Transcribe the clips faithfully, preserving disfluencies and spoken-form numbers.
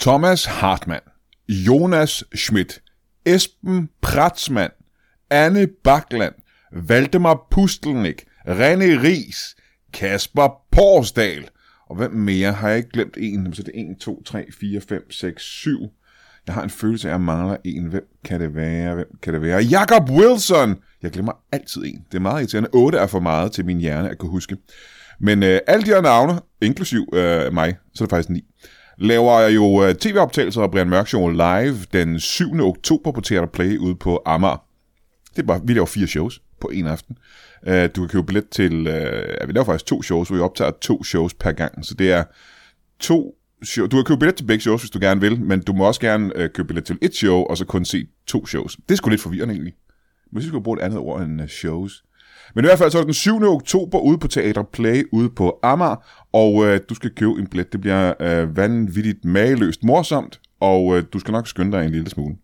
Thomas Hartmann, Jonas Schmidt, Esben Pratzmann, Anne Bakland, Valdemar Pustelnik, René Ries, Kasper Porsdal, og hvem mere? Har jeg ikke glemt en? Så det er en, to, tre, fire, fem, seks, syv. Jeg har en følelse af, at jeg mangler en. Hvem kan det være? Hvem kan det være? Jacob Wilson! Jeg glemmer altid en. Det er meget irriterende. otte er for meget til min hjerne at kunne huske. Men øh, alle de her navne, inklusiv øh, mig, så er det faktisk ni, laver jeg jo øh, tv-optagelser af Brian Mørk Show live den syvende oktober på Theater Play ude på Amager. Det er bare, vi laver fire shows på en aften. Uh, du kan købe billet til, uh, ja, vi laver faktisk to shows, hvor vi optager to shows per gang. Så det er to shows. Du kan købe billet til begge shows, hvis du gerne vil, men du må også gerne uh, købe billet til et show, og så kun se to shows. Det er sgu lidt forvirrende egentlig. Hvis vi skulle bruge et andet ord end uh, shows. Men i hvert fald så er det den syvende oktober ude på Teater Play ude på Amager, og uh, du skal købe en billet. Det bliver uh, vanvittigt mageløst morsomt, og uh, du skal nok skynde dig en lille smule.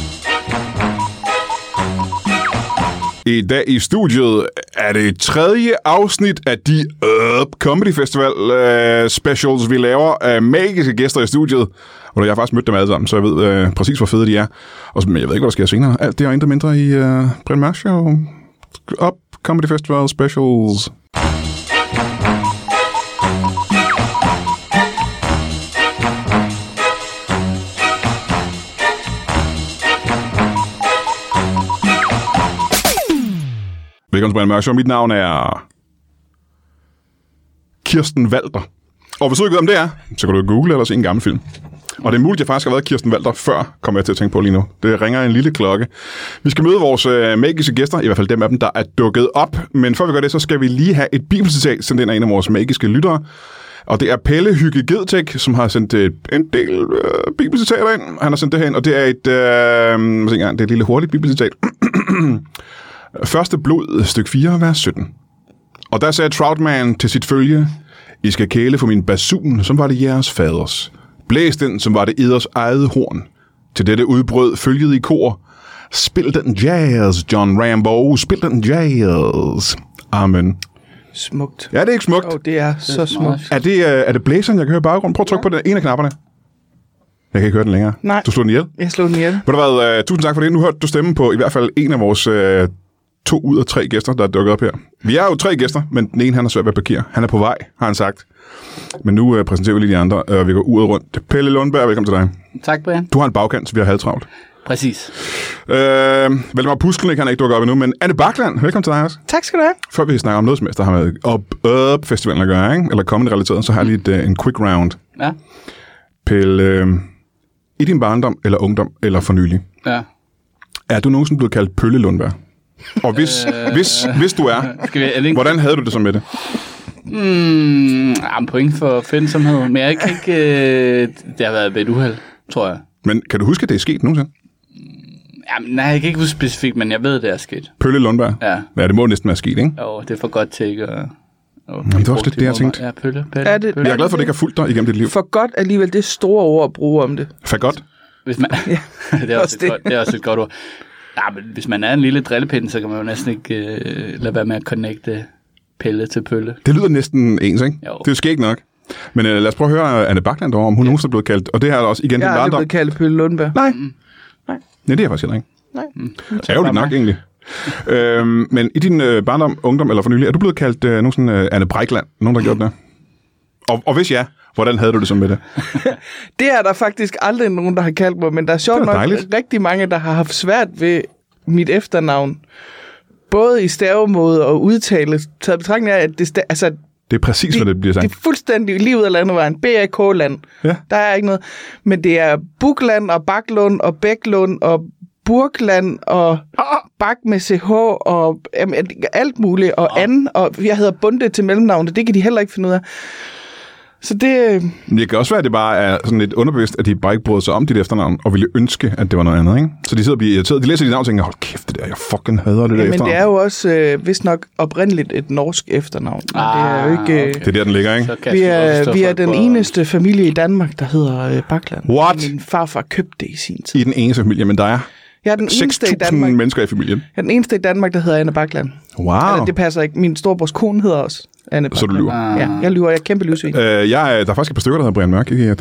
I dag i studiet er det tredje afsnit af de Up Comedy Festival uh, specials, vi laver af magiske gæster i studiet. Og jeg har faktisk mødt dem alle sammen, så jeg ved uh, præcis, hvor fede de er. Og men jeg ved ikke, hvad der sker senere. Alt det er intet mindre i uh, Brian Mørk Show. Up Comedy Festival specials. Velkommen til Brian Mørk Show. Mit navn er Kirsten Walter. Og hvis du ikke ved, om det er, så kan du google eller se en gammel film. Og det er muligt, at jeg faktisk har været Kirsten Walter før, kommer jeg til at tænke på lige nu. Det ringer en lille klokke. Vi skal møde vores øh, magiske gæster, i hvert fald dem af dem, der er dukket op. Men før vi gør det, så skal vi lige have et bibelcitat sendt ind af en af vores magiske lyttere. Og det er Pelle Hygge Gedtek, som har sendt et, en del øh, bibelcitater ind. Han har sendt det her ind, og det er et, øh, det er et lille hurtigt bibelcitat. Første blod, stykke fire, vers sytten. Og der sagde Troutman til sit følge, I skal kæle for min basun, som var det jeres faders. Blæs den, som var det eders eget horn. Til dette udbrød følget i kor. Spil den jazz, John Rambo. Spil den jazz. Amen. Smukt. Ja, det er ikke smukt. Åh, oh, det er så smukt. Er det, uh, er det blæseren, jeg kan høre i baggrunden? Prøv at trykke ja. på den, en af knapperne. Jeg kan ikke høre den længere. Nej. Du slog den ihjel? Jeg slog den ihjel. Ved du hvad, uh, tusind tak for det. Nu hørte du stemme på i hvert fald en af vores uh, to ud af tre gæster, der er dukket op her. Vi er jo tre gæster, men den ene han er svært ved at parkere. Han er på vej, har han sagt. Men nu uh, præsenterer vi lige de andre, og uh, vi går uret rundt. Pelle Lundberg, velkommen til dig. Tak, Brian. Du har en bagkant, så vi har halvtravlt. Præcis. Øh, Valdemar Pustelnik, han er ikke dukket op endnu, men Anne Bakland, velkommen til dig også. Tak skal du have. Før vi snakker om noget som helst, der har med Up Up Festivalen at gøre, ikke? Eller comedy relateret, så har jeg lige et, uh, en quick round. Ja. Pelle, øh, i din barndom, eller ungdom, eller for nylig, ja. er du nogensinde blevet kaldt Pølle Lundberg? Og hvis, øh, hvis, hvis du er, vi, er ikke... hvordan havde du det så med det? Mm, ja, en point for fændsomhed, men jeg kan ikke... Øh, det har været et uheld, tror jeg. Men kan du huske, at det er sket nogensinde? Jamen, nej, jeg kan ikke huske specifikt, men jeg ved, det er sket. Pølle Lundberg? Ja. Ja, det må næsten være sket, ikke? Jo, det er for godt til ikke at... Men det er også lidt det, jeg tænkte. Ja, pølle, pølle, er det, pølle. Jeg er glad for, at det ikke har fulgt dig igennem dit liv. For godt alligevel, det er store ord at bruge om det. For godt? Hvis man... ja, det, er også et godt, det er også et godt ord. Ja, men hvis man er en lille drillepind, så kan man jo næsten ikke øh, lade være med at connecte Pelle til Pølle. Det lyder næsten ens, ikke? Jo. Det er jo skægt nok. Men øh, lad os prøve at høre Anne Bakland over, om hun ja. nogensinde er blevet kaldt. Og det her er også igen... Jeg er aldrig blevet kaldt Pølle Lundberg. Nej. Mm. Nej. Nej, det er jeg faktisk heller ikke. Nej. Mm. Ærgerligt nok, egentlig. øhm, men i din øh, barndom, ungdom eller for nylig, er du blevet kaldt øh, nogen sådan øh, Anne Brækland? Nogen, der har gjort det? Og, og hvis ja, hvordan havde du det så med det? Det er der faktisk aldrig nogen, der har kaldt mig, men der er sjovt nok rigtig mange, der har haft svært ved mit efternavn. Både i stavemåde og udtale. Taget betragtning af, at det, altså, det er præcis, hvad det bliver sagt. Det er fuldstændig lige ud af landevejen. B A K-land. Ja. Der er ikke noget. Men det er Bukland og Baklund og Bæklund og Burkland og Bak med C H og jamen, alt muligt. Og oh. Anne, og jeg hedder Bunde til mellemnavnet. Det kan de heller ikke finde ud af. Så det... Det kan også være, at det bare er sådan lidt underbevidst, at de bare ikke brød sig om dit efternavn, og ville ønske, at det var noget andet, ikke? Så de sidder og bliver irriteret. De læser dit navn og tænker, hold kæft, det der, jeg fucking hader det der ja, efternavn. Men det er jo også øh, vist nok oprindeligt et norsk efternavn. Ah, det er jo ikke... Øh, det er der, den ligger, ikke? Vi er, vi er den eneste familie i Danmark, der hedder øh, Bakland. What? Min farfar købte det i sin tid. I den eneste familie, men der er... Jeg er den eneste i Danmark. mennesker i familien. Jeg er den eneste i Danmark, der hedder Anne Bakland. Wow. Eller, det passer ikke. Min storebrors kone hedder også Anne Bakland. Så du lyver? Ja, jeg lyver. Jeg er kæmpe livsvin. Øh, jeg, der er faktisk et par stykker, der hedder Brian Mørk i Danmark.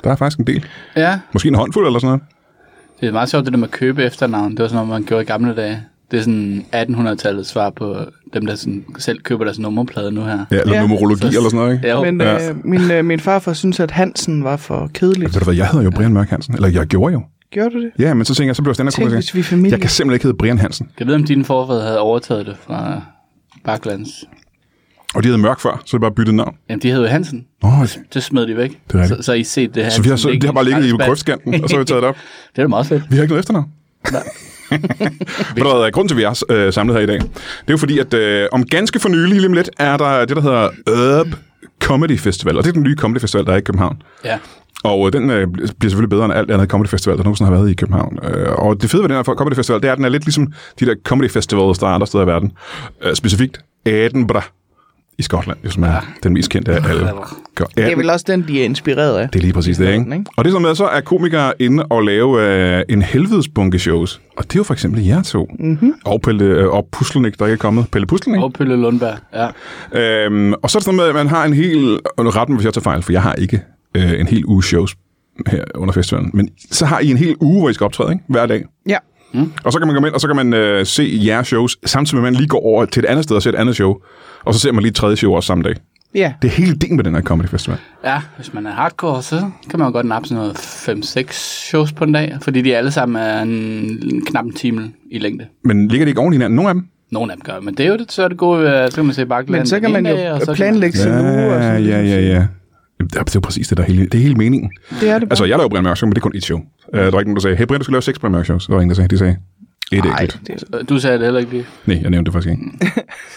Der er faktisk en del. Ja. Måske en håndfuld eller sådan noget. Det er meget sjovt, det der med at købe efternavn. Det var sådan noget, man gjorde i gamle dage. Det er sådan attenhundredetallet svar på dem, der sådan selv køber deres nummerplade nu her. Ja, eller ja. numerologi så, eller sådan noget, ikke? Ja, Men ja. øh, min, øh, min farfar synes, at Hansen var for kedeligt. Ved du hvad, jeg hedder jo Brian Mørk Hansen. Eller jeg gjorde jo. Gjorde du det? Ja, men så tænker jeg, så blev jeg Tænk, stand-up hvis vi er familie. Jeg kan simpelthen ikke hedde Brian Hansen. Jeg ved, om dine forfædre havde overtaget det fra Baklands. Og de havde Mørk før, så det bare byttet navn. Jamen, de hed jo Hansen. Åh, oh, Det smed de væk. Det er rigtigt. så, så I set det her. så vi har, så, det har bare ligget i grøftskanten, og så har vi taget det op. Det er da meget fedt. Vi har ikke noget efternavn. Nej. Ved du hvad, grunden til, at vi er øh, samlet her i dag, det er jo fordi, at øh, om ganske for nylig, lige om lidt, er der det, der hedder Urb Comedy Festival. Og det er den nye comedy festival, der er i København. Ja. Og øh, den øh, bliver selvfølgelig bedre end alt andet comedy festival, der nogensinde har været i København. Øh, og det fede ved den her comedy festival, det er, at den er lidt ligesom de der comedy festivals, der er andre steder i verden. Øh, specifikt Edinburgh i Skotland, som er ja. den mest kendte af alle. Det er vel også den, de er inspireret af. Det er lige præcis det, ikke? ikke? Og det som med, så er komikere inde og lave øh, en helvedesbunke shows. Og det er jo for eksempel jer to. Mm-hmm. Og Pelle øh, og Puslenik, der ikke er kommet. Pelle Puslenik. Og Pelle Lundberg, ja. Øhm, og så er det sådan med, at man har en hel... Retten, hvis jeg tager fejl, for jeg har ikke øh, en hel uge shows her under festivalen. Men så har I en hel uge, hvor I skal optræde, ikke? Hver dag. Ja. Mm. Og så kan man komme ind, og så kan man øh, se jeres shows, samtidig med, at man lige går over til et andet sted og ser et andet show. Og så ser man lige et tredje show også samme dag. Ja. Det er hele ideen med den her comedy festival. Ja, hvis man er hardcore, så kan man jo godt nappe sådan noget fem seks shows på en dag, fordi de alle sammen er en, knap en time i længde. Men ligger de ikke oven i hinanden? Nogle af dem? Nogle af dem gør, men det er jo det, så er det gode, så kan man se Bakland. Men så kan man jo dag, planlægge sin ja, uge. Og sådan ja, ja, ja. Det er jo præcis det, der er hele, det er hele meningen. Det er det bare. Altså, jeg laver Brian Mørk Show, men det er kun et show. Uh, der var ikke nogen, der sagde, hey Brian, du skal lave seks Brian Mørk Shows. Der var ingen, der sagde, de sagde, et Ej, ægget. Det... Du sagde det heller ikke lige. Nej, jeg nævnte det faktisk ikke.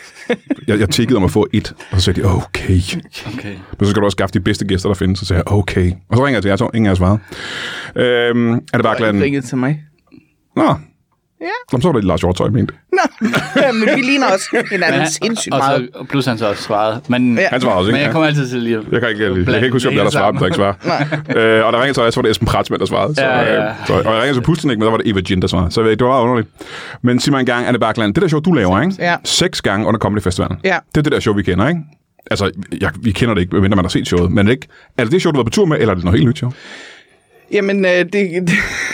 jeg, jeg tikkede om at få et, og så sagde de, okay. okay. Men så skal du også skaffe de bedste gæster, der findes, så sagde jeg, okay. Og så ringer jeg til jer to, ingen af jer svarede. Øhm, er det bare Glenn? Ringet til mig. Nå. Ja. Jamen, så var det Lars Hjortøj, mente. Nå, men vi ligner også hinanden ja, sindssygt og meget. Så, plus han så også svarede. Men, ja. Han svarede også, ikke? Men jeg kommer altid til lige at... Jeg kan ikke, jeg, jeg kan ikke huske, om der er der svarede, der ikke svarede. øh, og der ringede til os, så var det Esben Pratsmænd, der svarede. Så, ja, ja. Øh, så, og jeg ringede til Puslenik, men der var det Eva Jin, der svarede. Så det var meget underligt. Men sig mig en gang, Anne Bakland, det der show, du laver, ikke? Ja. Seks gange under Comedy Festivalen. Ja. Det er det der show, vi kender, ikke? Altså, jeg, vi kender det ikke, medmindre man har set showet. Men er det, ikke, er det det show, du har været på tur med, eller er det noget helt nyt show? Jamen, øh, det, det,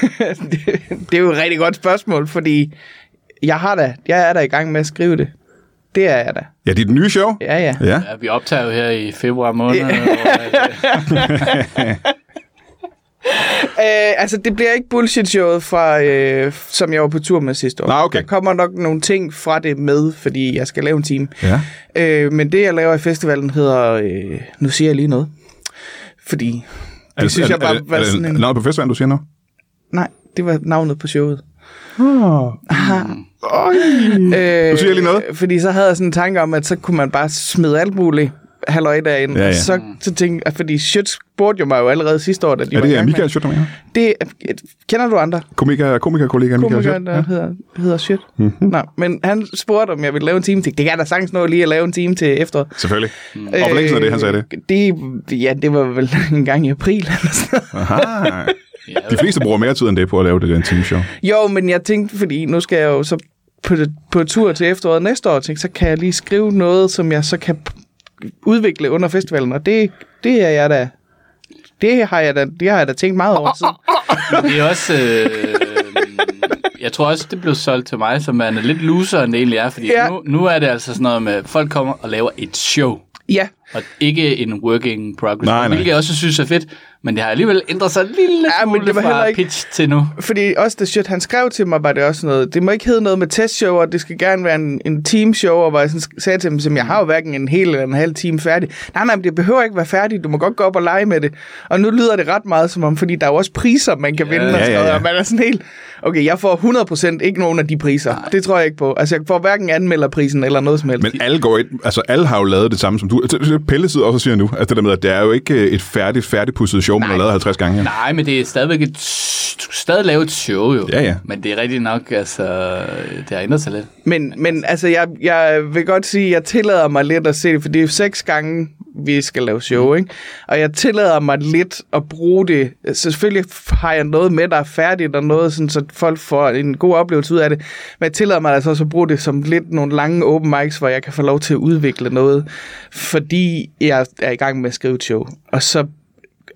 det, det er jo et rigtig godt spørgsmål, fordi jeg har da, jeg er da i gang med at skrive det. Det er jeg da. Ja, det er det nye show? Ja, ja. Ja, ja vi optager jo her i februar måned. Ja. og, øh, altså, det bliver ikke bullshit-showet, fra, øh, som jeg var på tur med sidste år. Nå, okay. Der kommer nok nogle ting fra det med, fordi jeg skal lave en time. Ja. Øh, men det, jeg laver i festivalen, hedder... Øh, nu siger jeg lige noget. Fordi... Det er det, synes er, jeg bare er, var er, sådan en... Er det navnet på festivalen, du siger nu? Nej, det var navnet på showet. Oh. øh, du siger lige noget? Fordi så havde jeg sådan en tanke om, at så kunne man bare smide alt muligt halløj derinde. Ja, ja. Så, så tænkte jeg, fordi Schütz spurgte jo mig jo allerede sidste år, da de er var det i gang Michael med. Schütz, der mener? Det, kender du andre? Komiker, komikerkollega Michael Komiker, Schütz? der Ja. hedder, hedder Schütz. Mm-hmm. Nå, men han spurgte, om jeg ville lave en time til. Det kan jeg da sagtens nå lige at lave en time til efteråret. Selvfølgelig. Mm. Og hvor længe siden er det, han sagde det? det? Ja, det var vel en gang i april eller sådan noget. Aha. De fleste bruger mere tid end det på at lave det der en timeshow. Jo, men jeg tænkte, fordi nu skal jeg jo så på, på tur til efteråret næste år, tænkte, så kan jeg lige skrive noget, som jeg så kan udvikle under festivalen, og det, det er jeg da, det har jeg da, det har jeg da tænkt meget over siden. Men det er også, øh, jeg tror også, det blev solgt til mig, som er lidt loser, end det egentlig er, fordi ja. nu, nu er det altså sådan noget med, at folk kommer og laver et show. Ja. Og ikke en working progress, nej, nej. hvilket jeg også synes er fedt, men det har alligevel ændret sig en lille ja, smule det var fra ikke... pitch til nu. Fordi også det shit, han skrev til mig, var det også noget, det må ikke hedde noget med testshow, og det skal gerne være en, en teamshow, og hvor jeg sådan sagde til dem, som jeg har jo hverken en hel eller en halv time færdig. Nej, nej, men det behøver ikke være færdigt, du må godt gå op og lege med det. Og nu lyder det ret meget som om, fordi der er jo også priser, man kan vinde, ja, og, ja, ja. og man er sådan helt, okay, jeg får hundrede procent ikke nogen af de priser. Nej. Det tror jeg ikke på. Altså, jeg får hverken anmelderprisen eller noget som helst. Men alle går ind, altså alle har jo lavet det samme som du. Pelle sidder også og siger nu, altså det der med, at det er jo ikke et færdigt, færdigpudset show, man har lavet halvtreds gange. Ja. Nej, men det er stadigvæk et, stadig lavet et show jo. Ja, ja. Men det er rigtig nok, altså, det har ændret sig lidt. Men, men altså, jeg, jeg vil godt sige, at jeg tillader mig lidt at se det, for det er seks gange, vi skal lave show, ikke? Og jeg tillader mig lidt at bruge det. Selvfølgelig har jeg noget med, der er færdigt, og noget, sådan, så folk får en god oplevelse ud af det. Men jeg tillader mig altså også at bruge det som lidt nogle lange open mics, hvor jeg kan få lov til at udvikle noget, fordi jeg er i gang med at skrive et show. Og så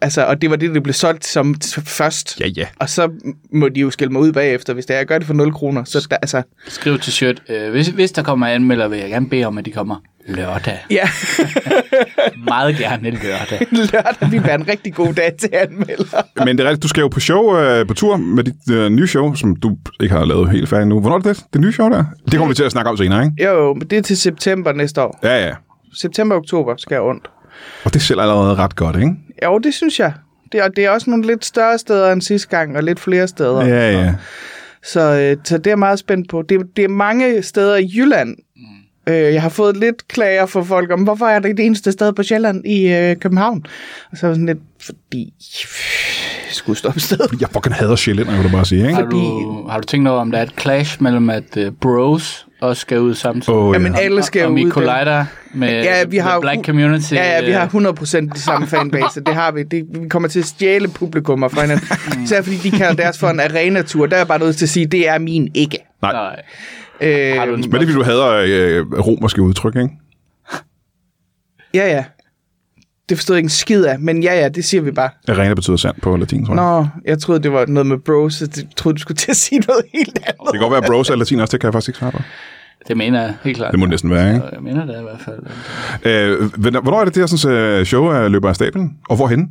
Altså, og det var det, det blev solgt som t- først. Ja, ja. Og så må de jo skælde mig ud bagefter, hvis det er, jeg gør det for nul kroner. Så der, altså... Skriv til shirt. Øh, hvis, hvis der kommer anmelder, vil jeg gerne bede om, at de kommer lørdag. Ja. Meget gerne lørdag. Lørdag vil være en rigtig god dag til anmelder. Men det er rigtigt, du skal jo på show, øh, på tur med dit øh, nye show, som du ikke har lavet helt færdigt nu. Hvornår er det, det nye show der? Det kommer vi til at snakke om senere, ikke? Jo, men det er til september næste år. Ja, ja. September-oktober skal jeg rundt. Og det sælger allerede ret godt, ikke? Jo, det synes jeg. Det er, det er også nogle lidt større steder end sidste gang, og lidt flere steder. Ja, ja. Så, øh, så det er jeg meget spændt på. Det, det er mange steder i Jylland. Mm. Øh, jeg har fået lidt klager fra folk om, hvorfor er det det eneste sted på Sjælland i øh, København? Og så var sådan lidt, fordi... Jeg skulle stoppe stedet. Jeg fucking hader Sjælland, jeg vil bare sige, ikke? Har du, har du tænkt over, om der er et clash mellem, at uh, bros også skal ud samtidig? Oh, ja. Jamen, alle skal og, ud. Og vi collider med ja, vi har, black community. Ja, ja, vi har hundrede procent de samme fanbase. Det har vi. Det, vi kommer til at stjæle publikummer fra hinanden. Især fordi de kalder deres for en arena-tur. Der er jeg bare nødt til at sige, det er min ikke. Nej. Nej. Øh, Har du en Men det er, fordi du hader øh, romerske udtryk, ikke? Ja, ja. Det forstod jeg ikke en skid af, men ja, ja, det siger vi bare. Arena betyder sand på latin, tror jeg. Nå, jeg troede, det var noget med bros, så jeg troede, du skulle til at sige noget helt andet. Det kan godt være, at bros er latin også, det kan jeg faktisk ikke svare på. Det mener jeg helt klart. Det må det næsten være, ikke? Jeg mener det i hvert fald. Øh, hvornår er det, det her sådan, show løber af stablen? Og hvorhenne?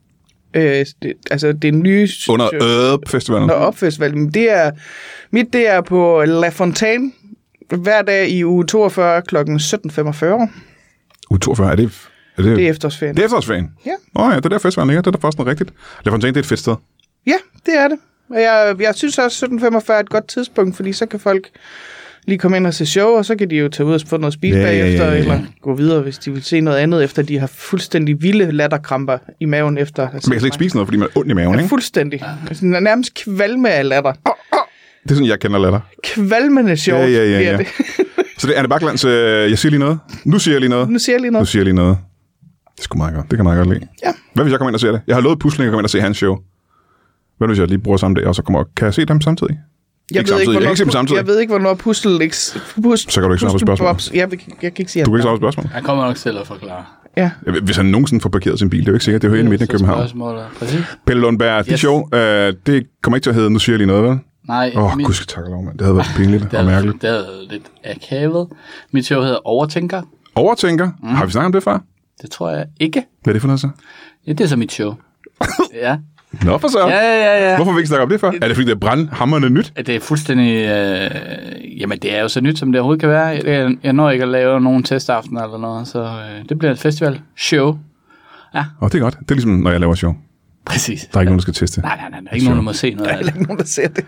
Øh, det, altså, det er nye... Under Øb-festivalen. Under Op-festivalen. Det er, mit, det er på La Fontaine, hver dag i uge toogfyrre klokken sytten femogfyrre. uge toogfyrre, er det... Er det, Det er efterårsferien. det er efterårsferien? Ja. Åh oh, ja, det er der festivalen ligger. Det er da faktisk noget rigtigt. La Fontaine, det er et fedt sted. Ja, det er det. Og jeg, jeg synes også, sytten femogfyrre er et godt tidspunkt, fordi så kan folk lige komme ind og se show, og så kan de jo tage ud og få noget at spise Ja, ja, bagefter, ja, ja. eller gå videre, hvis de vil se noget andet, efter de har fuldstændig vilde latterkramper i maven efter. Man kan slet ikke spise noget, fordi man er ondt i maven, Ja, ikke? fuldstændig. Altså, den er nærmest kvalme af latter. Det er sådan, jeg kender latter. Kvalmende sjovt Ja, ja, ja, bliver ja. det. Så det er Anne Baklands, øh, jeg siger lige noget. Nu siger jeg lige noget. Nu siger jeg lige Nu noget. siger jeg lige noget. Det er sgu meget godt. Det kan jeg meget godt lide. Ja. Hvad hvis jeg kommer ind og ser det? Jeg har lovet Pusling at komme ind og se hans show. Hvad hvis jeg lige bruger samme dag, og så kommer Kan jeg se dem samtidig? Jeg Ikke ved, ikke, samtidig. Jeg kan ikke se dem hvornår, samtidig. jeg ved ikke, hvornår pusle ikke... Pus, Så kan du ikke svare på spørgsmålet. Jeg, jeg, jeg kan ikke sige Du kan ikke alt. svare på spørgsmål. Han kommer nok selv at forklare. Ja. Hvis han nogensinde får parkeret sin bil, det er jo ikke sikkert. Det er jo inde i midten af København. Spørgsmålet. Præcis. Pelle Lundberg, dit Yes. show, øh, det kommer ikke til at hedde, nu siger jeg lige noget, vel? Nej, Åh, oh, mit, gud skal takke lov, mand. Det havde været pinligt det og er, mærkeligt. det er lidt akavet. Mit show hedder Overtænker. Overtænker? Mm. Har vi snakket om det før? Det tror jeg ikke. Hvad er det for noget så? Ja, det er så mit show. Ja. Nå, for så. Ja, ja, ja. Hvorfor har vi ikke snakket om det før? Er det fordi, det er brandhamrende nyt? Det er fuldstændig... Øh, jamen, det er jo så nyt, som det overhovedet kan være. Jeg, jeg når ikke at lave nogen testaften eller noget, så øh, det bliver et festival-show. Ja. Åh, oh, det er godt. Det er ligesom, når jeg laver show. Præcis. Der er ikke nogen, der skal teste. Nej, nej, nej. Der er ikke nogen, der må se noget Der er af det. heller ikke nogen, der ser det.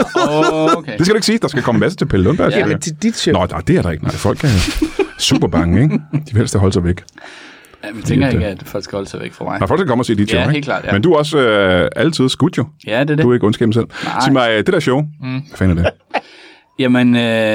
Oh, okay. Det skal du ikke sige. Der skal komme en masse til Pelle Lundberg. Ja, Ja, Men til dit show. Nå, nej, det er der ikke. Nej, folk er super bange, ikke? De vil helst holde sig væk. Ja, men tænker ikke, at folk skal holde sig væk fra mig. Nej, folk skal komme og se dit show, Ja, ikke? helt klart, ja. Men du er også øh, altid skudt, jo. Ja, det er det. Du er ikke ondskaben selv. Nej. Sig mig, øh, det der show, mm. hvad fanden er det? Jamen,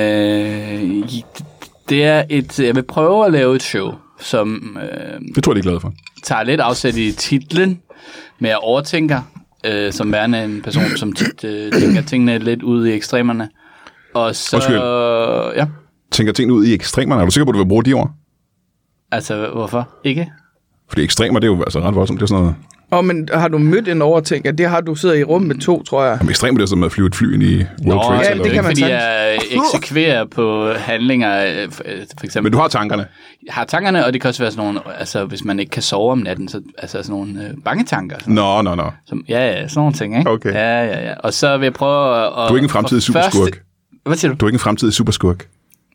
øh, det er et... Jeg vil prøve at lave et show, som øh, Det tror jeg, de er glade for. tager lidt afsæt i titlen med at overtænker, øh, som værende en person, som tit øh, tænker tingene lidt ud i ekstremerne. Og så... Undskyld. Ja, Tænker ting ud i ekstremerne. Er du sikker på, at du vil bruge de ord? altså hvorfor? Ikke? Fordi ekstremer, det er jo altså ret voldsomt. Det er sådan noget... Åh, oh, men har du mødt en overtænker? Det har du siddet i rum med to, tror jeg. Jamen, ekstremer, det er sådan med at flyve et fly ind i World Nå, Trade ja, Center. det kan ikke? man fordi sagtens. jeg eksekverer på handlinger, øh, for for eksempel. Men du har tankerne. Jeg har tankerne, og det kan også være sådan nogle, altså hvis man ikke kan sove om natten, så altså sådan nogle øh, bangetanker. Sådan, Nå, nå, nå. som, ja, ja, sådan nogle ting, ikke? Okay. Ja, ja, ja. Og så vil jeg prøve at... Du er ikke en fremtidig for første- superskurk. Hvad siger du? Du er ikke en fremtidig superskurk.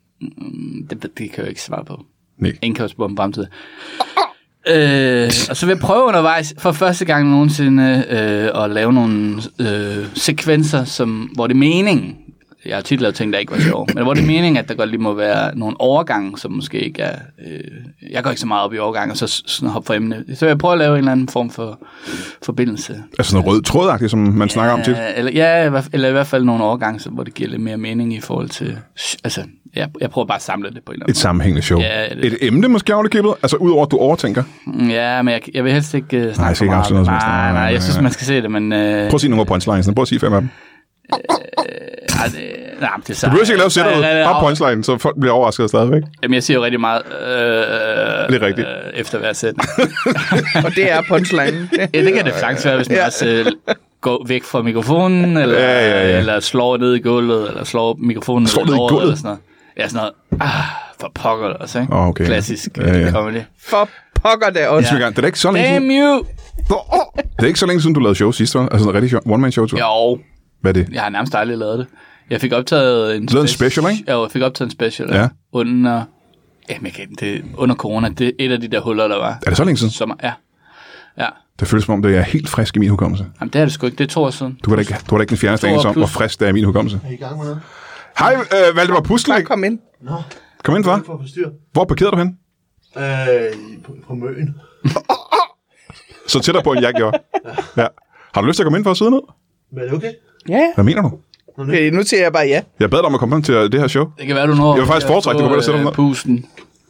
Det, det kan jeg jo ikke svare på. Nej. Ingen kan jo spørge om fremtiden. Øh, og så vil jeg prøve undervejs for første gang nogensinde øh, at lave nogle øh, sekvenser, som, hvor det er meningen. Jeg har tit lavet ting, der ikke var sjove. Men hvor det er meningen, at der godt lige må være nogle overgange, som måske ikke er... Øh, jeg går ikke så meget op i overgange, og så sådan hoppe for emne. Så vil jeg prøve at lave en eller anden form for forbindelse. Altså sådan noget rød trådagtigt, som man snakker om tit. Ja, eller, ja, i hvert- eller i hvert fald nogle overgange, hvor det giver lidt mere mening i forhold til... Altså, jeg, jeg prøver bare at samle det på en eller anden Et sammenhængende show. Ja, det- Et emne måske ovenikøbet? Altså udover at du overtænker. måde. Ja, men jeg, jeg vil helst ikke uh, snakke jeg skal for ikke meget. afsløre noget som helst. Nej, Nej, nej, nej, jeg synes, nej. man skal se det, men... Uh, Prøv at sige nogle af punchlines. Prøv at sige fem af dem. Øh, det, nej, det er så, Du behøver ikke lave sætter ud. Bare punchline, så folk bliver overrasket stadigvæk. Jamen, jeg siger jo rigtig meget øh, det er rigtigt. Øh, efter hver sætning. Og det er punchline. Ja, det kan det faktisk være, hvis man ja. også øh, går væk fra mikrofonen, eller, ja, ja, ja. eller slår ned i gulvet, eller slår mikrofonen slår ned i gulvet, eller sådan noget. Ja, sådan noget. Ah, for pokker det også, ikke? Oh, okay. Klassisk ja, ja. comedy. For pokker det også. Ja. Det er ikke så længe Damn siden. you! Det er ikke så længe siden, du lavede show sidst, var? Altså en rigtig one-man-show, tror jeg. Jo. Hvad er det? Jeg har nærmest aldrig lavet det. Jeg fik optaget en, spe- en special, ikke? Ja, jeg fik optaget en special. Ja. Under... Jamen, jeg kan, det, under corona. Det er et af de der huller, der var. Er det så længe siden? Som, ja. Ja. Det føles som om, det er helt frisk i min hukommelse. Jamen, det er det sgu ikke. Det er to år siden. Du har da ikke, du har da ikke den fjerneste anelse om, hvor frisk det er i min hukommelse. Er I gang med noget? Hej, øh, Valdemar Pustelnik. Kom ind. Nå. Kom ind, far. Hvor parkerede du hen? Øh, på, på Møen. Så tættere på, end jeg gjorde. Ja. Har du lyst til at komme ind for at sidde ned? Men er det okay? Ja. Hvad mener du? Okay, nu siger jeg bare ja. Jeg bad dig om at komme ind til det her show. Det kan være, du når... Jeg vil faktisk foretrække, du kan bare sætte dig ned. Pusten.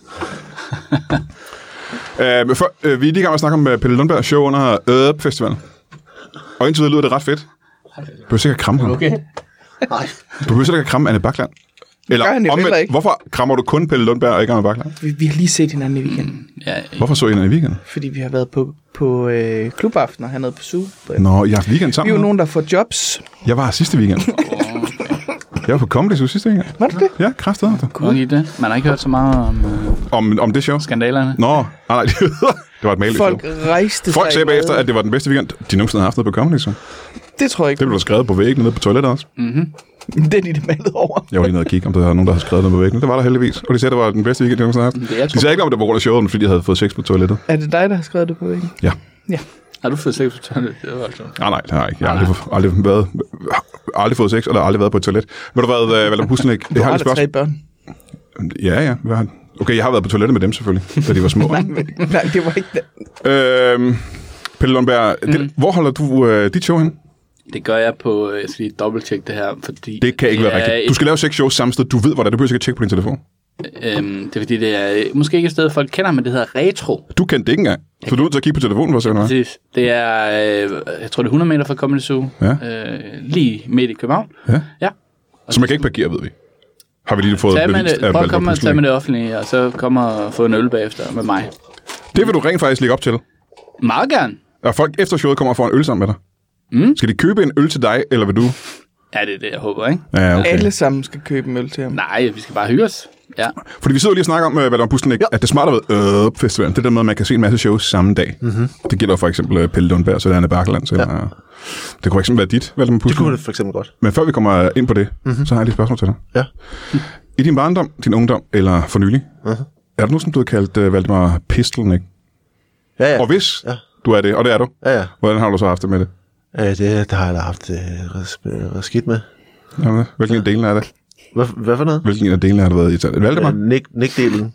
Uh, for, uh, vi er lige i gang med at snakke om uh, Pelle Lundbergs show under Øb Festivalen. Og indtil videre lyder det ret fedt. Du behøver sikkert kramme ham. Okay. Nej. Du behøver sikkert kramme Anne Bakland. Eller gør han jo heller omvendt, ikke. hvorfor krammer du kun Pelle Lundberg og ikke Anne Bakland? Vi, vi har lige set hinanden i weekenden. Ja, Hvorfor så I hinanden i weekenden? Fordi vi har været på, på øh, klubaftener hernede på Zoo. Nå, jeg har haft weekend Vi sammen. er jo med. nogen, der får jobs. Jeg var her sidste weekend. Jeg var på Comedy Zoo sidste weekend. Var det det? Ja, kraftedeme. Nok i det. Man har ikke hørt så meget om øh, Om, om det show? skandalerne. Nå, nej, nej. Det var et maligt Folk show. rejste Folk sig sagde i bagefter, mad. at det var den bedste weekend, de nogensinde har haft nede på Comedy Zoo. Det tror jeg ikke. Det blev der skrevet på væggen nede på toilettet også. Mm-hmm. Det er de der malet over. Jeg var lige nede og kigge, om der var nogen, der havde skrevet noget på væggen. Det var der heldigvis. Og de sagde, at det var den bedste weekend, de nogensinde har haft. Det er De sagde ikke, om det var på grund af showet, men fordi de havde fået sex på toilettet. Er det dig, der har skrevet det på væggen? Ja. Ja. Har du fået sex på toilet? Det var altså... Nej, nej, det har jeg ikke. Jeg har aldrig, aldrig, været, aldrig fået sex, eller aldrig været på et toilet. Ved du hvad, Valdemar Pustelnik? Du har da tre børn. Ja, ja. Hvad har- Okay, jeg har været på toilettet med dem selvfølgelig, da de var små. Nej, men- nej, det var ikke det. øhm, Pelle Lundberg, mm. det, hvor holder du øh, dit show hen? Det gør jeg på... Jeg skal lige dobbelttjekke det her, fordi... Det kan ikke være er rigtigt. Du skal lave seks shows samme sted. Du ved, hvor det er. Du behøver ikke tjekke på din telefon. Øhm, det er fordi, det er måske ikke et sted, folk kender, men det hedder Retro. Du kendte det ikke engang. Så du er nødt til at kigge på telefonen for at se, hvad det er. Præcis. Det er, øh, jeg tror, det er hundrede meter fra Comedy Zoo. Ja. Øh, lige midt i København. Ja. Ja. Så man kan ikke parkere, ved vi. Har vi lige fået Tag med bevist det, af prøv at Valdemar komme og tage Pustelnik. med det offentlige, og så komme og få en øl bagefter med mig. Det vil du rent faktisk lægge op til. Meget gerne. Og folk efter showet kommer og får en øl sammen med dig. Mm. Skal de købe en øl til dig, eller vil du? Ja, det er det, jeg håber, ikke? Ja, okay. Alle sammen skal købe en øl til ham. Nej, vi skal bare hygge os. Ja. Fordi vi sidder lige og snakker om, uh, Valdemar Pustelnik, ja. at det smarte ved øh, festivalen, det er der med, at man kan se en masse shows samme dag. Mm-hmm. Det gælder for eksempel uh, Pelle Lundberg, så det er Anne Bakland. Så, Ja. uh, det kunne eksempel være dit, Valdemar Det kunne Pustelnik. det for eksempel godt. Men før vi kommer ind på det, mm-hmm. så har jeg lige et spørgsmål til dig. Ja. I din barndom, din ungdom, eller for nylig, Uh-huh. er du nu som blevet kaldt uh, Valdemar Pustelnik? Ja, ja. Og hvis Ja. du er det, og det er du, Ja, ja. hvordan har du så haft det med det? Ja, det, det har jeg da haft øh, res- øh, skidt med. Jamen, hvilken ja. af delene er det? Hvad, hvad for noget? Hvilken af delene har du været i? Valdemar? Øh, Nick, Nick-delen.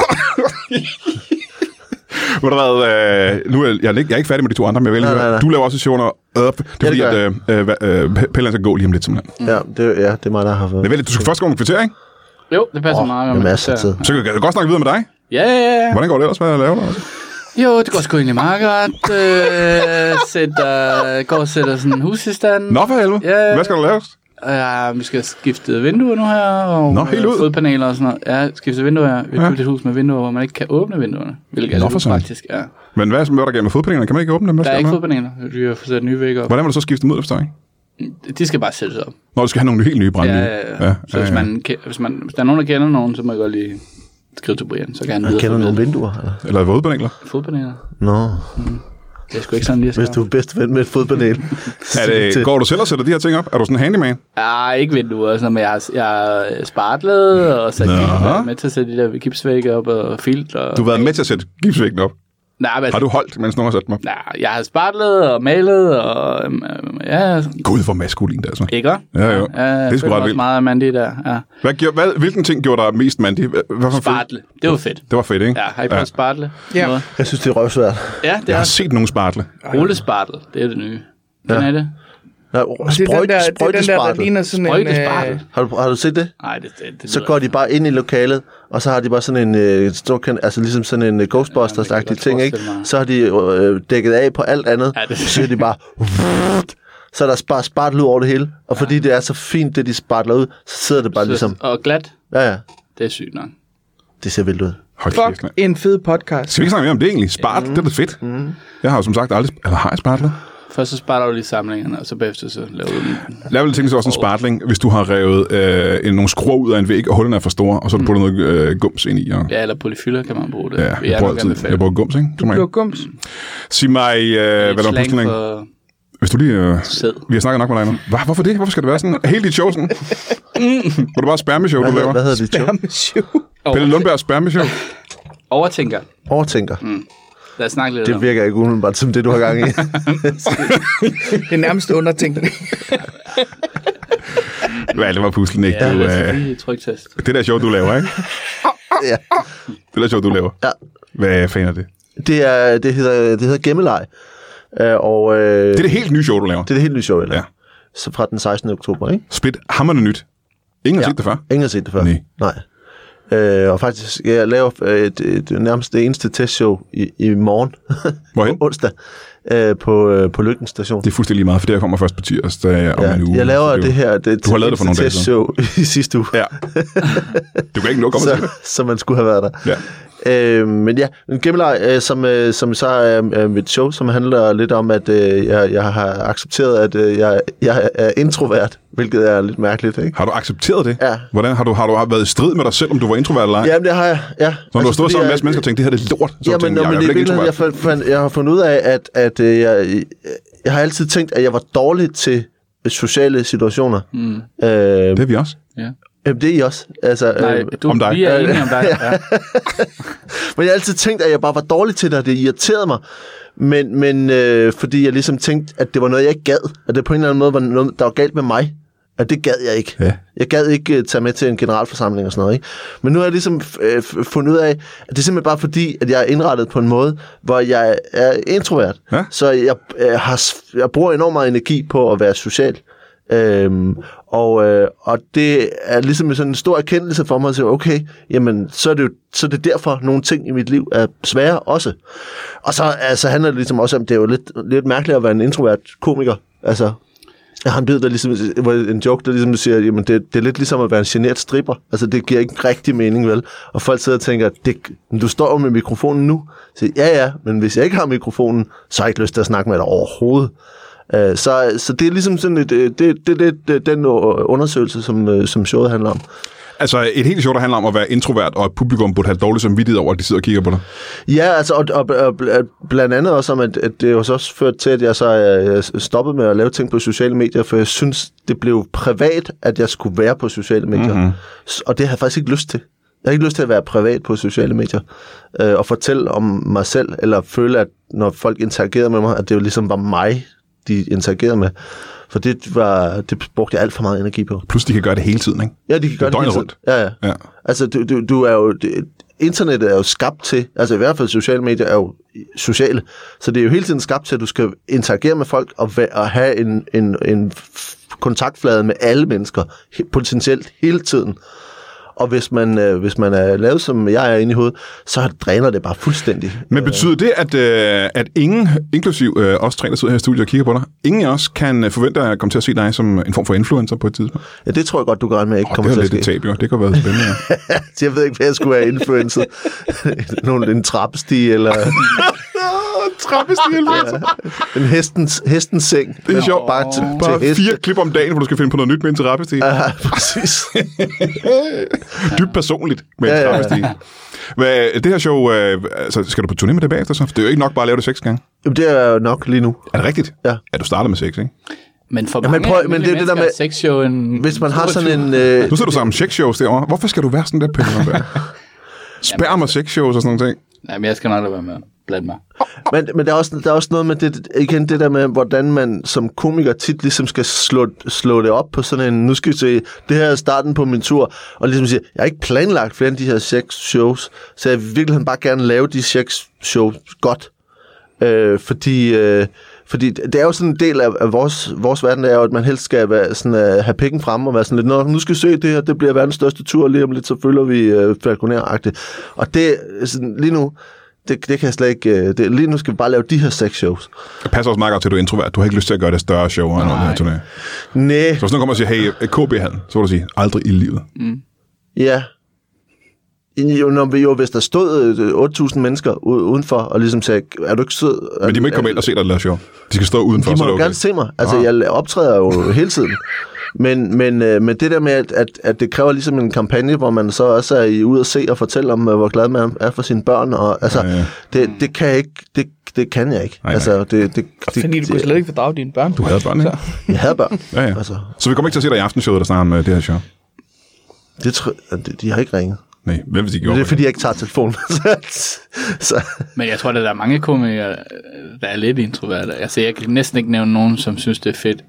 Ved du hvad, øh, nu er jeg, jeg, er ikke, jeg er ikke færdig med de to andre, men jeg vil Nej, høre, nej, nej. du laver også et show under Up. Det er Ja, fordi, det at øh, øh, øh, Pelle han skal gå lige om lidt, simpelthen. Ja, det, ja, det er mig, der har været. Men vel, du skal først gå om en kvarter, ikke? Jo, det passer Åh, meget. med godt. masser af tid. Så kan jeg godt snakke videre med dig. Ja, ja, ja. Hvordan går det ellers, hvad jeg laver der? Jo, det går sgu egentlig meget godt. Øh, sætter, går og sætter sådan en hus i stand. Nå for helvede. Ja. Hvad skal der laves? Ja, vi skal skifte vinduer nu her, og Nå, helt øh, ud. fodpaneler og sådan noget. Ja, skifte vinduer her. Vi har Ja. købt et hus med vinduer, hvor man ikke kan åbne vinduerne, hvilket er Nå, lidt for sådan. praktisk. Ja. Men hvad er der galt med fodpanelerne? Kan man ikke åbne dem? Hvad Der er skal ikke man? fodpaneler. Vi har fået sat nye vægge op. Hvordan vil du så skifte dem ud efter dig? De skal bare sættes op. Når du skal have nogle helt nye brænde. Ja, ja, ja. ja, Så hvis, man, ke- hvis, man, hvis der er nogen, der kender nogen, så må jeg godt lige skrive til Brian. Så kan han Jeg videre kender nogle formidle. vinduer. Eller? Eller fodpaneler. Fodpaneler. Nå, Det er sgu ikke sådan lige at hvis skaffe. du er bedst ven med et fodpanel. Er det, går du selv og sætter de her ting op? Er du sådan en handyman? Ja, ikke vinduer, sådan, men jeg har, jeg har spartlet og sat Nå. gips- med til at sætte de der gipsvægge op og filtre. Du har været med til at sætte gipsvæggen op. Nej, men, Har du holdt, mens nogen har sat dem op? nej, jeg har spartlet og malet og øhm, øhm, ja, Gud, hvor maskulin det er så. ikke også? Ja, jo. Ja, jeg Det er sgu føler ret også vildt. meget af Mandy der. Ja. Hvad, gjorde- hvad, hvilken ting gjorde dig mest mandig? Hvad, hvad for Spartle, det var fedt. Det var fedt, ikke? Ja, har I prøvet Ja. ja. spartle? Ja. Noget? Jeg synes, det er røvsvært. Ja, det Jeg er har set nogen spartle. rullespartel, det er det nye. Ja. Hvordan er det? Ja, Det er den der, det er den der, der sprøjtespartel. ligner sådan en... Sprøjtespartel. Øh, Har du, har du set det? Nej, det, det, det Så lyder- går de bare ind i lokalet, og så har de bare sådan en øh, stor, kan- altså ligesom sådan en øh, Ghostbusters-agtig godt ting, ikke? forestille mig. Så har de øh, dækket af på alt andet, Ja, det- så siger de bare, så er der bare spartlet ud over det hele. Og fordi det er så fint, det de spartler ud, så sidder det bare Så, ligesom... og glat. Ja, ja. Det er sygt nok. Det ser vildt ud. Hold Fuck, kæft, mand. en fed podcast. Skal vi ikke snakke mere om det egentlig? Spart, mm. det er da fedt. Mm. Jeg har jo som sagt aldrig... Eller har jeg spartlet? Først så sparer du lige samlingerne, og så bagefter så laver du den. Lav vel tænke sig også en spartling, hvis du har revet øh, en, nogle skruer ud af en væg, og hullerne er for store, og så har du puttet noget øh, gums ind i. Og... Ja, eller polyfylder kan man bruge det. Ja, jeg, jeg bruger altid. Jeg bruger gums, ikke? Du bruger gums. Sig mig, øh, hvad der er pusling. For... Hvis du lige... Øh, Sæd. vi har snakket nok med dig nu. Hva? Hvorfor det? Hvorfor skal det være sådan? Helt dit show sådan? Var det bare spermeshow, du laver? Hvad hedder det? Spermeshow. Pelle Lundbergs spermeshow. Overtænker. Overtænker. Mm. Lad os snakke lidt Det om. virker ikke umiddelbart som det, du har gang i. Det er nærmest undertænkning. Hvad, det var puslen, ikke? Ja, Du, lad os øh, lige tryktest. det der show, du laver, ikke? Ja. Det der show, du laver. Ja. Hvad fanden er det? Det, er, det hedder, det hedder Gemmeleg. Uh, og, uh, Det er det helt nye show, du laver. det er det helt nye show, eller? Ja. Så fra den sekstende oktober, ikke? Split hammerende nyt. Ingen har Ja. set det før. Ingen har set det før. Nej. Nej. Øh, og faktisk, jeg laver et, et, et, nærmest det eneste testshow i, i morgen. Hvorhen? Onsdag. Øh, på, øh, på Lykken Station. Det er fuldstændig lige meget, for det her kommer først på tirsdag om Ja, en uge. jeg laver så det, det det her det Du har lavet det for nogle dage testshow i sidste uge. Ja. Du kan ikke lukke om at se så, det. så man skulle have været der. Ja. Øh, men ja, en Gemmeleg, øh, som, øh, som så er øh, mit show, som handler lidt om, at øh, jeg, jeg har accepteret, at øh, jeg, jeg er introvert, hvilket er lidt mærkeligt, ikke? Har du accepteret det? Ja. Hvordan har du, har du været i strid med dig selv, om du var introvert eller ej? Jamen, det har jeg, ja. Så når du har stået fordi sammen med en jeg- masse mennesker og tænkt, det her det er lort, så Jamen, tænkte nå, jeg, men jeg det er er ikke virkelig, jeg, introvert. fandt, fandt, jeg har fundet ud af, at, at øh, jeg, jeg har altid tænkt, at jeg var dårlig til sociale situationer. Mm. Øh, Det er vi også. Ja. Jamen, det er I også. Altså, Nej, øh, du, om dig. vi er enige om dig. Ja. men jeg har altid tænkt, at jeg bare var dårlig til det, og det irriterede mig. Men, men øh, fordi jeg ligesom tænkte, at det var noget, jeg ikke gad. At det på en eller anden måde var noget, der var galt med mig. Og det gad jeg ikke. Ja. Jeg gad ikke uh, tage med til en generalforsamling og sådan noget. Ikke? Men nu har jeg ligesom uh, fundet ud af, at det er simpelthen bare fordi, at jeg er indrettet på en måde, hvor jeg er introvert. Ja. Så jeg, uh, har, s- jeg bruger enormt meget energi på at være social. Øhm, og, øh, og det er ligesom sådan en stor erkendelse for mig at sige, okay, jamen, så er det jo så er det derfor, nogle ting i mit liv er svære også. Og så altså, handler det ligesom også om, det er jo lidt, lidt mærkeligt at være en introvert komiker. Altså, jeg har en bid, der ligesom, hvor en joke, der ligesom siger, jamen, det, det er lidt ligesom at være en genert stripper. Altså, det giver ikke rigtig mening, vel? Og folk sidder og tænker, det, du står jo med mikrofonen nu. Så, ja, ja, men hvis jeg ikke har mikrofonen, så har jeg ikke lyst til at snakke med dig overhovedet. Uh, så, så det er ligesom sådan et, det, det, det, det, den undersøgelse, som, som showet handler om. Altså et helt show, der handler om at være introvert, og at publikum burde have dårligt samvittighed over, at de sidder og kigger på dig. Ja, altså, og, og, og blandt andet også om, at, at det jo så også ført til, at jeg så er stoppet med at lave ting på sociale medier, for jeg synes, det blev privat, at jeg skulle være på sociale medier. Mm-hmm. Og det har jeg faktisk ikke lyst til. Jeg har ikke lyst til at være privat på sociale medier, øh, og fortælle om mig selv, eller føle, at når folk interagerede med mig, at det jo ligesom var mig, de interagerede med. For det, var, det brugte jeg alt for meget energi på. Plus de kan gøre det hele tiden, ikke? Ja, de kan gøre det hele tiden. Ja, ja. Ja. Altså, du, du, du er jo... Det, internettet er jo skabt til... Altså, i hvert fald sociale medier er jo sociale. Så det er jo hele tiden skabt til, at du skal interagere med folk og, og have en, en, en kontaktflade med alle mennesker, potentielt hele tiden. Og hvis man, øh, hvis man er lavet, som jeg er inde i hovedet, så dræner det bare fuldstændig. Men betyder det, at, øh, at ingen, inklusiv øh, os tre, der sidder her i studiet og kigger på dig, ingen af os kan forvente at komme til at se dig som en form for influencer på et tidspunkt? Ja, det tror jeg godt, du kan regne med, at ikke Oh, kommer det er til jo at lidt ske. et tab, jo. Det kunne have været spændende. Ja. Jeg ved ikke, hvad jeg skulle være influencer. Nogen, en trappestige, eller Trappestige en hestens, hestens seng. Det er sjovt. Bare til, Bare til heste. fire klip om dagen, hvor du skal finde på noget nyt med en trappestige. Ja, præcis. Dybt personligt med en Ja, ja, ja. trappestige. Hvad, det her show, øh, altså, skal du på turné med det bagefter så? For det er jo ikke nok bare at lave det seks gange. Jamen, det er jo nok lige nu. Er det rigtigt? Ja. Ja, du starter med seks, ikke? Men for Jamen, mange prøv- men det er det der med- sexshow en Hvis man har sådan en... toogtyve. Øh, Nu sidder du sammen med sexshows derovre. Hvorfor skal du være sådan der, Pelle Lundberg? Spærm og sexshows og sådan nogle ting. Nej, men jeg skal nok lade være med at blande mig. men men der, er også, der er også noget med det, igen det der med, hvordan man som komiker tit ligesom skal slå, slå det op på sådan en, nu skal vi se, det her er starten på min tur, og ligesom sige, jeg har ikke planlagt flere af de her sex shows, så jeg vil i virkeligheden bare gerne lave de sex shows godt. Øh, fordi, øh, fordi det er jo sådan en del af, af vores, vores verden, det er jo, at man helst skal være sådan, uh, have pikken frem og være sådan lidt, nå, nu skal vi se det her, det bliver verdens største tur, lige om lidt, så følger vi uh, Falconer-agtigt. Og det sådan, lige nu, det, det kan jeg slet ikke... Det, lige nu skal vi bare lave de her seks shows. Det passer også meget godt til, at du er introvert. Du har ikke lyst til at gøre det større show end noget her turné. Nej. Så hvis nogen kommer og siger, hey, K B-hallen, så vil du sige, aldrig i livet. Mm. Ja. Jo, når vi, jo, hvis der stod otte tusind mennesker udenfor, og ligesom sagde, er du ikke sød? Men de må ikke komme ind og se dig lave show. De skal stå udenfor, de så er det må okay. gerne se mig. Altså, ah. jeg optræder jo hele tiden. Men, men, men det der med, at, at, at det kræver ligesom en kampagne, hvor man så også er ude at se og fortælle om, hvor glad man er for sine børn. Og, altså, ja, ja. Det, det, kan jeg ikke, det, det kan jeg ikke. Nej, altså, det, det, det, Fordi du kunne slet ikke fordrage dine børn. Du havde børn, ja. Jeg havde børn. Ja, ja. Altså. Så vi kommer ikke til at se dig i aftenshowet, der snakker om uh, det her show? Det tror de, de har ikke ringet. Nej, hvem vil de gjorde? Det er fordi, jeg ikke tager telefonen. så. Men jeg tror, at der er mange komikere, der er lidt introverte. Altså, jeg kan næsten ikke nævne nogen, som synes, det er fedt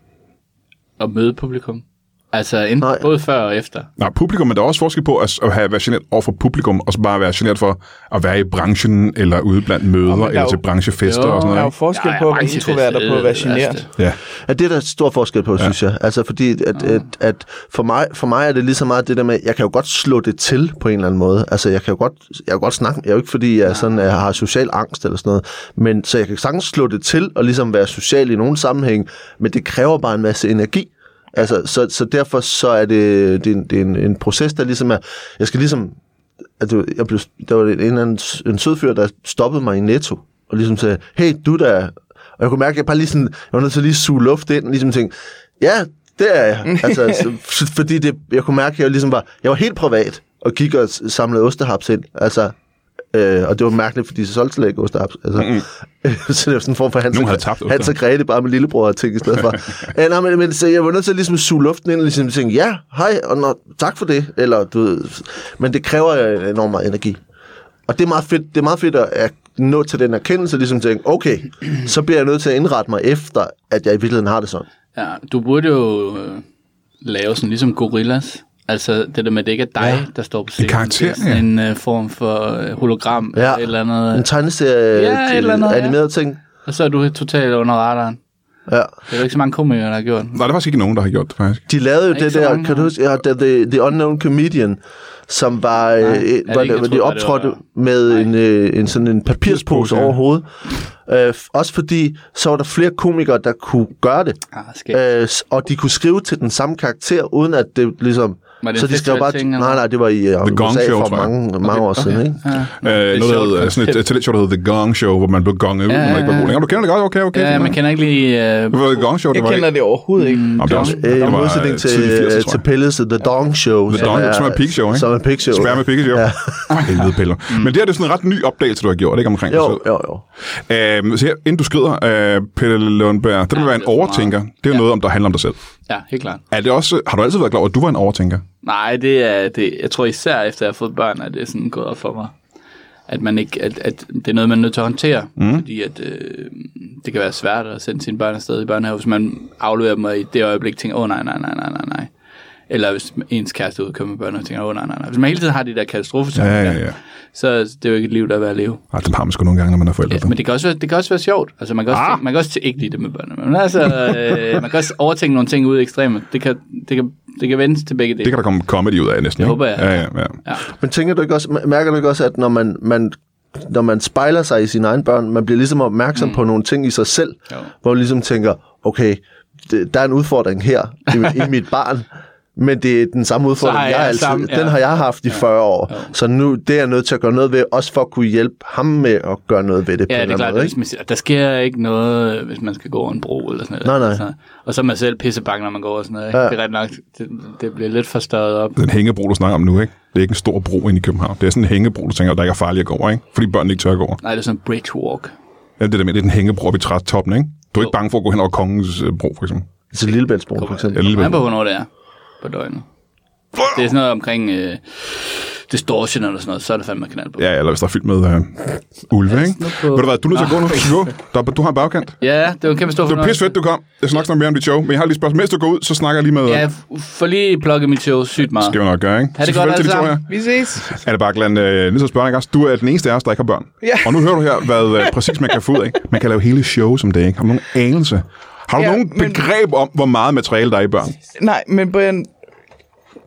at møde publikum. Altså, enten, både før og efter. Nej, publikum, men der er også forskel på at, at have været generet over for publikum, og så bare være generet for at være i branchen, eller ude blandt møder, eller til branchefester jo, og sådan noget. Der er jo forskel på at være introvert og på at være generet. Ja. Ja, det er der stor forskel på, ja. Synes jeg. Altså, fordi at, at, at for, mig, for mig er det lige så meget det der med, jeg kan jo godt slå det til på en eller anden måde. Altså, jeg kan jo godt, jeg kan godt snakke, jeg er jo ikke fordi, jeg, sådan, jeg har social angst eller sådan noget, men så jeg kan sagtens slå det til og ligesom være social i nogen sammenhæng, men det kræver bare en masse energi. Altså, så, så derfor så er det, det, er en, det er en, en proces, der ligesom er... Jeg skal ligesom... Altså, jeg blev, der var en eller anden en sød fyr, der stoppede mig i Netto, og ligesom sagde, hey, du der... Og jeg kunne mærke, at jeg bare lige sådan... Jeg var nødt til at lige suge luft ind, og ligesom tænkte, ja, det er jeg. Altså, så, fordi det, jeg kunne mærke, at jeg ligesom var... Jeg var helt privat, og gik og samlede ostehaps ind. Altså... Øh, og det var mærkeligt, fordi så solgte slet ikke ostehaps. Altså, mm. så det var sådan en form for Hans og, Hans og Grete, bare med lillebror og ting i stedet for. Æ, nej, men, men så jeg var nødt til at ligesom suge luften ind, og ligesom tænke, ja, hej, og nå, tak for det. Eller, du ved, men det kræver enormt meget energi. Og det er meget fedt, det er meget fedt at nå til den erkendelse, ligesom tænke, okay, så bliver jeg nødt til at indrette mig efter, at jeg i virkeligheden har det sådan. Ja, du burde jo øh, lave sådan ligesom gorillas. Altså det der med, det ikke er dig, ja. Der står på scenen. Karakter, ja. En uh, form for uh, hologram. Ja, eller et eller andet. En tegneserie, ja, et eller andet, animeret ja. Ting. Og så er du totalt under radaren. Ja. Det er jo ikke så mange komikere, der har gjort. Nej, der er faktisk ikke nogen, der har gjort det, faktisk. De lavede jo det der, mange, kan du huske, ja, the, the Unknown Comedian, som var, nej, øh, var det, hvor de optrådte var... med en, øh, en sådan en papirspose over hovedet. Øh, også fordi, så var der flere komikere, der kunne gøre det. Ah, øh, og de kunne skrive til den samme karakter, uden at det ligesom... Så de skrev bare... Ting, nej, nej, det var i uh, The U S A Show, for mange, okay. mange år okay. siden, ikke? Ja. Øh, noget af sådan et talentshow, der hedder The Gong Show, hvor man blev gonget ud, ja, ja, ja. Man ikke var god længere. Du kender det godt? Okay, okay. Ja, man kender ikke lige... Uh, det var The Gong Show, jeg kender ikke... det overhovedet ikke. Mm, det var også, øh, I modsætning til, firs, til Pelles The Dong Show. The Dong, som er Pig Show, ikke? Som er Pig Show. Spær med Pig Show. Ja. Helvede piller. Men det her er sådan en ret ny opdagelse, du har gjort, ikke omkring det? Jo, jo, jo. Øhm, så her, inden du skrider, Pelle Lundberg, det vil være en overtænker. Det er jo noget, om der handler om dig selv. Ja, helt klart. Er det også, har du altid været klar over, at du var en overtænker? Nej, det er det. Jeg tror især efter jeg har fået børn, at det er sådan gået op for mig, at man ikke, at, at det er noget man er nødt til at håndtere, mm. fordi at øh, det kan være svært at sende sine børn afsted i børnehave, hvis man afleverer dem og i det øjeblik tænker, åh oh, nej, nej, nej, nej, nej, nej. Eller hvis ens kæreste udkommer med børn og tænker, åh oh, nej, nej, nej. Hvis man hele tiden har de der katastrofetanker, ja, ja, ja. så det er jo ikke et liv, der er værd at leve. Ej, det har man sgu nogle gange, når man er forældre. Ja, men det kan også være, det kan også være sjovt. Altså, man kan også, ah. tænke, man kan også ikke lide det med børnene. Men altså, øh, man kan også overtænke nogle ting ud i ekstremet. Det kan, det kan, det kan vendes til begge dele. Det kan der komme comedy ud af næsten. Det håber jeg. Ja, ja, ja. Ja. Men tænker du ikke også, mærker du ikke også, at når man, man, når man spejler sig i sine egne børn, man bliver ligesom opmærksom mm. på nogle ting i sig selv, jo. Hvor man ligesom tænker, okay, det, der er en udfordring her i, i mit barn, men det er den samme udfordring, jeg, jeg altid, sammen, ja. Den har jeg haft i fyrre år. Ja. Så nu det er jeg nødt til at gøre noget ved, også for at kunne hjælpe ham med at gøre noget ved det. Ja, på det er klart, måde, siger, der sker ikke noget, hvis man skal gå over en bro eller sådan noget. Nej, nej. Altså, og så er man selv pissebange, når man går over sådan noget. Ja. Det er ret nok, det, det bliver lidt for størret op. Den hængebro, du snakker om nu, ikke? Det er ikke en stor bro inde i København. Det er sådan en hængebro, du tænker, der ikke er farligt at gå over, ikke? Fordi børnene ikke tør at gå over. Nej, det er sådan en bridge walk. Ja, det der med, det er den hængebro ved trætoppen, ikke? Du er ikke bange for at gå hen over Kongens bro, for eksempel. Det er Lillebæltsbro, for eksempel. Ja, Lillebæltsbro. Jeg på, hvornår det er på døgnet. Det er sådan noget omkring øh, distortion eller sådan noget, så er det fandme knald på. Ja, eller hvis der er fyldt med øh, ulve, ikke? Ved du hvad, du er nødt til at gå nu. Der, du har en bagkant. Ja, det var en kæmpe stor fornøjelse. Det var pisse fedt, du kom. Jeg skal nok snakke mere om dit show, men jeg har lige spørgsmål. Mens du går ud, så snakker jeg lige med... Ja, for lige plukke mit show sygt meget. Skal vi nok gøre, ikke? Ha' det godt alle sammen. Vi ses. Er det bare glædt? Øh, lige så spørger jeg også. Du er den eneste af os, der ikke har børn. Ja. Og nu hører du her, hvad øh, præcis man kan få ud af. Man kan lave hele show som det, ikke? Har du nogen anelse? Har du ja, nogen men... begreb om, hvor meget materiale der er i børn? Nej, men Brian...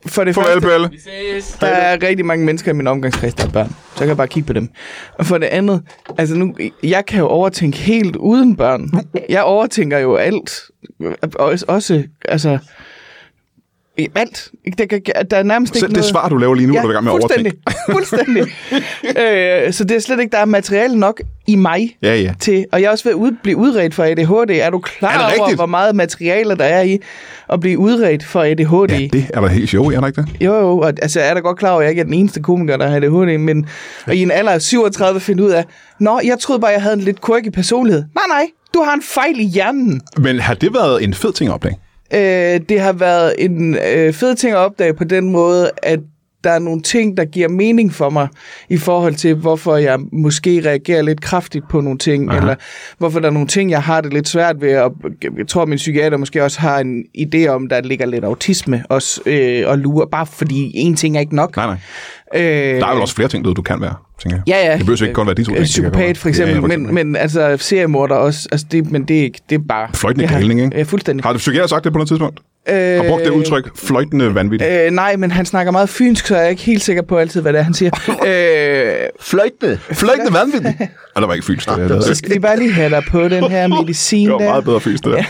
For det Farvel, første, Pelle. Vi ses. der er rigtig mange mennesker i min omgangskreds, der er børn. Så jeg kan bare kigge på dem. Og for det andet, altså nu, jeg kan jo overtænke helt uden børn. Jeg overtænker jo alt. Også, også altså... Alt. Der, der er nærmest Selv ikke det noget... svar, du laver lige nu, ja, er du i gang med at overtænke. Fuldstændig. øh, så det er slet ikke, der er materiale nok i mig Ja, ja. til... Og jeg er også ved at ud, blive udredt for A D H D. Er du klar Er det over, rigtigt? hvor meget materiale der er i at blive udredt for A D H D? Ja, det er da helt sjovt, er der ikke det? Jo, jo, og altså jeg er da godt klar over, at jeg ikke er den eneste komiker, der har A D H D, men og i en alder af syvogtredive finde ud af, nå, jeg troede bare, jeg havde en lidt quirky personlighed. Nej, nej, du har en fejl i hjernen. Men har det været en fed ting at opdage? Øh, det har været en øh, fed ting at opdage på den måde, at der er nogle ting, der giver mening for mig, i forhold til, hvorfor jeg måske reagerer lidt kraftigt på nogle ting, Aha. eller hvorfor der er nogle ting, jeg har det lidt svært ved, og jeg tror, min psykiater måske også har en idé om, der ligger lidt autisme også, øh, og lurer, bare fordi en ting er ikke nok. Nej, nej. Øh, Der er jo også flere ting, du kan være, tænker jeg. Ja, ja. Det behøver ikke kun være de to ting. Psykopat for eksempel, Ja, ja, for men, men altså seriemorder også, altså det, men det er ikke, det er bare... Fløjtende det har- galning, ikke? Ja, fuldstændig. Har du psykiater sagt det på noget tidspunkt? Øh, Har brugt det udtryk, fløjtende vanvittigt? Øh, nej, men han snakker meget fynsk, så jeg er ikke helt sikker på altid, hvad det er, han siger. øh, Fløjtende. Fløjtende vanvittigt? Ja, der var ikke fyldst. Det, det, så skal vi bare lige have dig på den her medicin det var der. meget bedre fyldst, det der.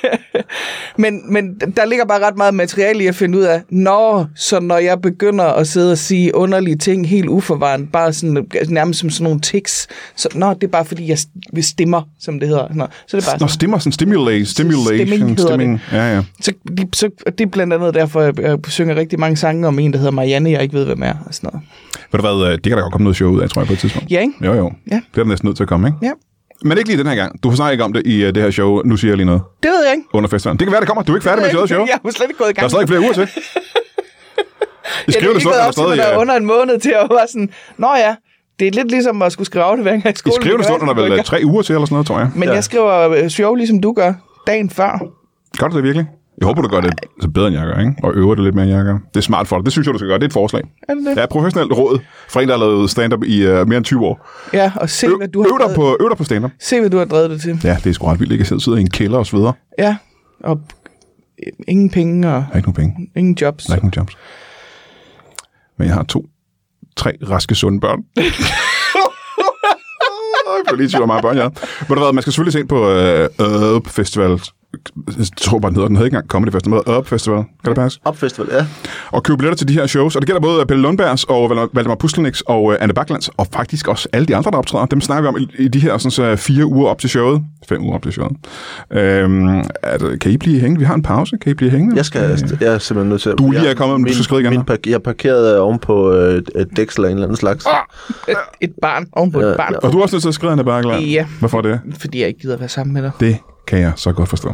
Men, men der ligger bare ret meget materiale i at finde ud af, når, så når jeg begynder at sidde og sige underlige ting helt uforvarende, bare sådan, nærmest som sådan nogle tics, så nå, det er bare fordi, jeg stimmer, som det hedder. Nå, så er det bare Nå, sådan. stimmer, sådan stimulate, stimulation, Stimming hedder stimming. Ja, ja. Så, de, så det er blandt andet derfor, jeg, jeg synger rigtig mange sange om en, der hedder Marianne, jeg ikke ved, hvem er, og sådan noget. Ved du hvad, det kan der godt komme noget show ud af, tror jeg, på et tidspunkt. Ja, ikke? Jo, jo. Ja. Det er der næsten nødt til at komme, ikke? Ja. Men ikke lige den her gang. Du har snakket ikke om det i uh, det her show. Nu siger jeg lige noget Det ved jeg ikke. under festivalen. Det kan være, det kommer. Du er ikke færdig med dit show. Jeg er slet ikke gået i gang. Der er stadig flere uger til. I Jeg skriver det ikke stund, er der op til mig, stadig... der er uh, under en måned til at være sådan, nå ja, det er lidt ligesom at skulle skrive afleveringer i I skolen. skriver det stund, er der vel uh, tre uger til, eller sådan noget, tror jeg. Men jeg skriver øh, show, ligesom du gør, dagen før. Gør du det virkelig? Jeg håber, du gør det så bedre, end jeg gør, ikke? Og øver det lidt mere, end jeg gør. Det er smart for dig. Det synes jeg, du skal gøre. Det er et forslag. Er det det? Ja, professionelt råd fra en, der har lavet stand-up i uh, mere end tyve år. Ja, og se, Øv, hvad du har øv, dig drevet, på, øv dig på stand-up. se, hvad du har drevet det til. Ja, det er sgu ret vildt. Jeg kan sidde i en kælder og sveder. Ja, og øh, ingen penge og Der er ikke nogen penge. ingen jobs. Der er ikke nogen jobs. Men jeg har to, tre raske, sunde børn. Jeg får lige tvivl om meget børn, jeg har. Ved du hvad, man skal selvfølgelig se ind på uh, Up Festival. Jeg tror bare, den hedder. Den hedder ikke engang Comedy Festival. Den hedder Up Festival. Kan det passe? Up Festival, ja. Og købe billetter til de her shows. Og det gælder både Pelle Lundbergs og Valdemar Pustelniks og uh, Anne Baklands. Og faktisk også alle de andre, der optræder. Dem snakker vi om i, i de her sådan, så fire uger op til showet. Fem uger op til showet. Øhm, altså, kan I blive hængende? Vi har en pause. Kan I blive hængende? Jeg, skal, jeg er simpelthen nødt til at... Du er lige jeg- er kommet, men du min- skal skride igen. min park- Jeg er parkeret oven på øh, et dæksel af en eller anden slags. Et, et barn ovenpå et Ja, barn. ja. Og du er også nødt til at skride, Anne Bakland. Ja. Hvorfor det? Fordi jeg ikke gider være sammen med dig. Det kan jeg så godt forstå.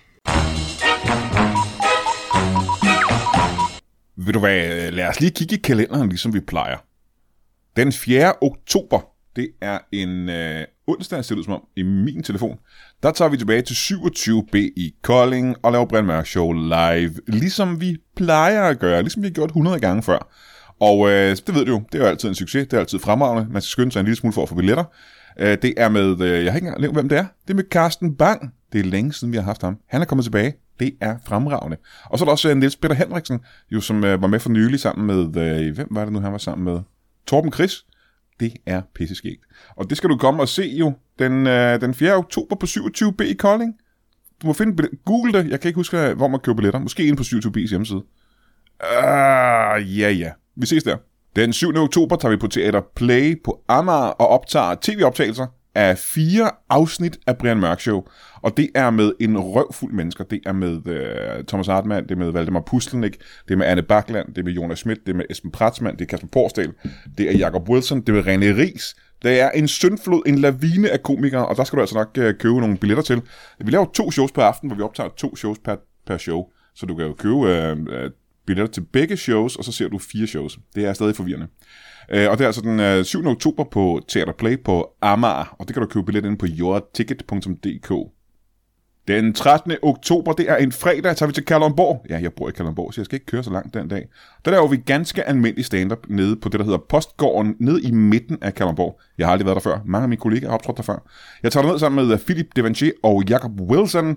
Ved du hvad, lad os lige kigge i kalenderen, ligesom vi plejer. Den fjerde oktober, det er en øh, onsdag, ser det ud som om, i min telefon. Der tager vi tilbage til syvogtyve B i Kolding og laver Brian Mørk Show live, ligesom vi plejer at gøre, ligesom vi har gjort hundrede gange før. Og øh, det ved du jo, det er jo altid en succes, det er altid fremragende. Man skal skynde sig en lille smule for at få billetter. Øh, det er med, øh, jeg har ikke engang nævnt, hvem det er. Det er med Carsten Bang. Det er længe siden, vi har haft ham. Han er kommet tilbage. Det er fremragende. Og så er der også uh, Niels Peter Henriksen, jo, som uh, var med for nylig sammen med, uh, hvem var det nu, han var sammen med? Torben Chris. Det er pisseskægt. Og det skal du komme og se jo den, uh, den fjerde oktober på syvogtyve B i Kolding. Du må finde billet- Google det. Jeg kan ikke huske, hvor man køber billetter. Måske inde på syvogtyve B's hjemmeside. Uh, ja, ja. Vi ses der. Den syvende oktober tager vi på Teater Play på Amager og optager tv-optagelser af fire afsnit af Brian Mørk Show. Og det er med en røvfuld mennesker. Det er med uh, Thomas Hartmann, det er med Valdemar Pustelnik, det er med Anne Bakland, det er med Jonas Schmidt, det er med Esben Pratzmann, det er Kasper Porsdal, det er Jacob Wilson, det er med René Ries. Det er en syndflod, en lavine af komikere, og der skal du altså nok uh, købe nogle billetter til. Vi laver to shows per aften, hvor vi optager to shows per, per show. Så du kan jo købe uh, uh, billetter til begge shows, og så ser du fire shows. Det er stadig forvirrende. Uh, og det er altså den uh, syvende oktober på Teater Play på Amager, og det kan du købe billetter ind på yourticket punktum d k. Den trettende oktober, det er en fredag, tager vi til Kalundborg. Ja, jeg bor i Kalundborg, så jeg skal ikke køre så langt den dag. Der laver vi ganske almindelig stand-up nede på det, der hedder Postgården, nede i midten af Kalundborg. Jeg har aldrig været der før. Mange af mine kollegaer har optrådt der før. Jeg tager ned sammen med Philip Devanché og Jacob Wilson,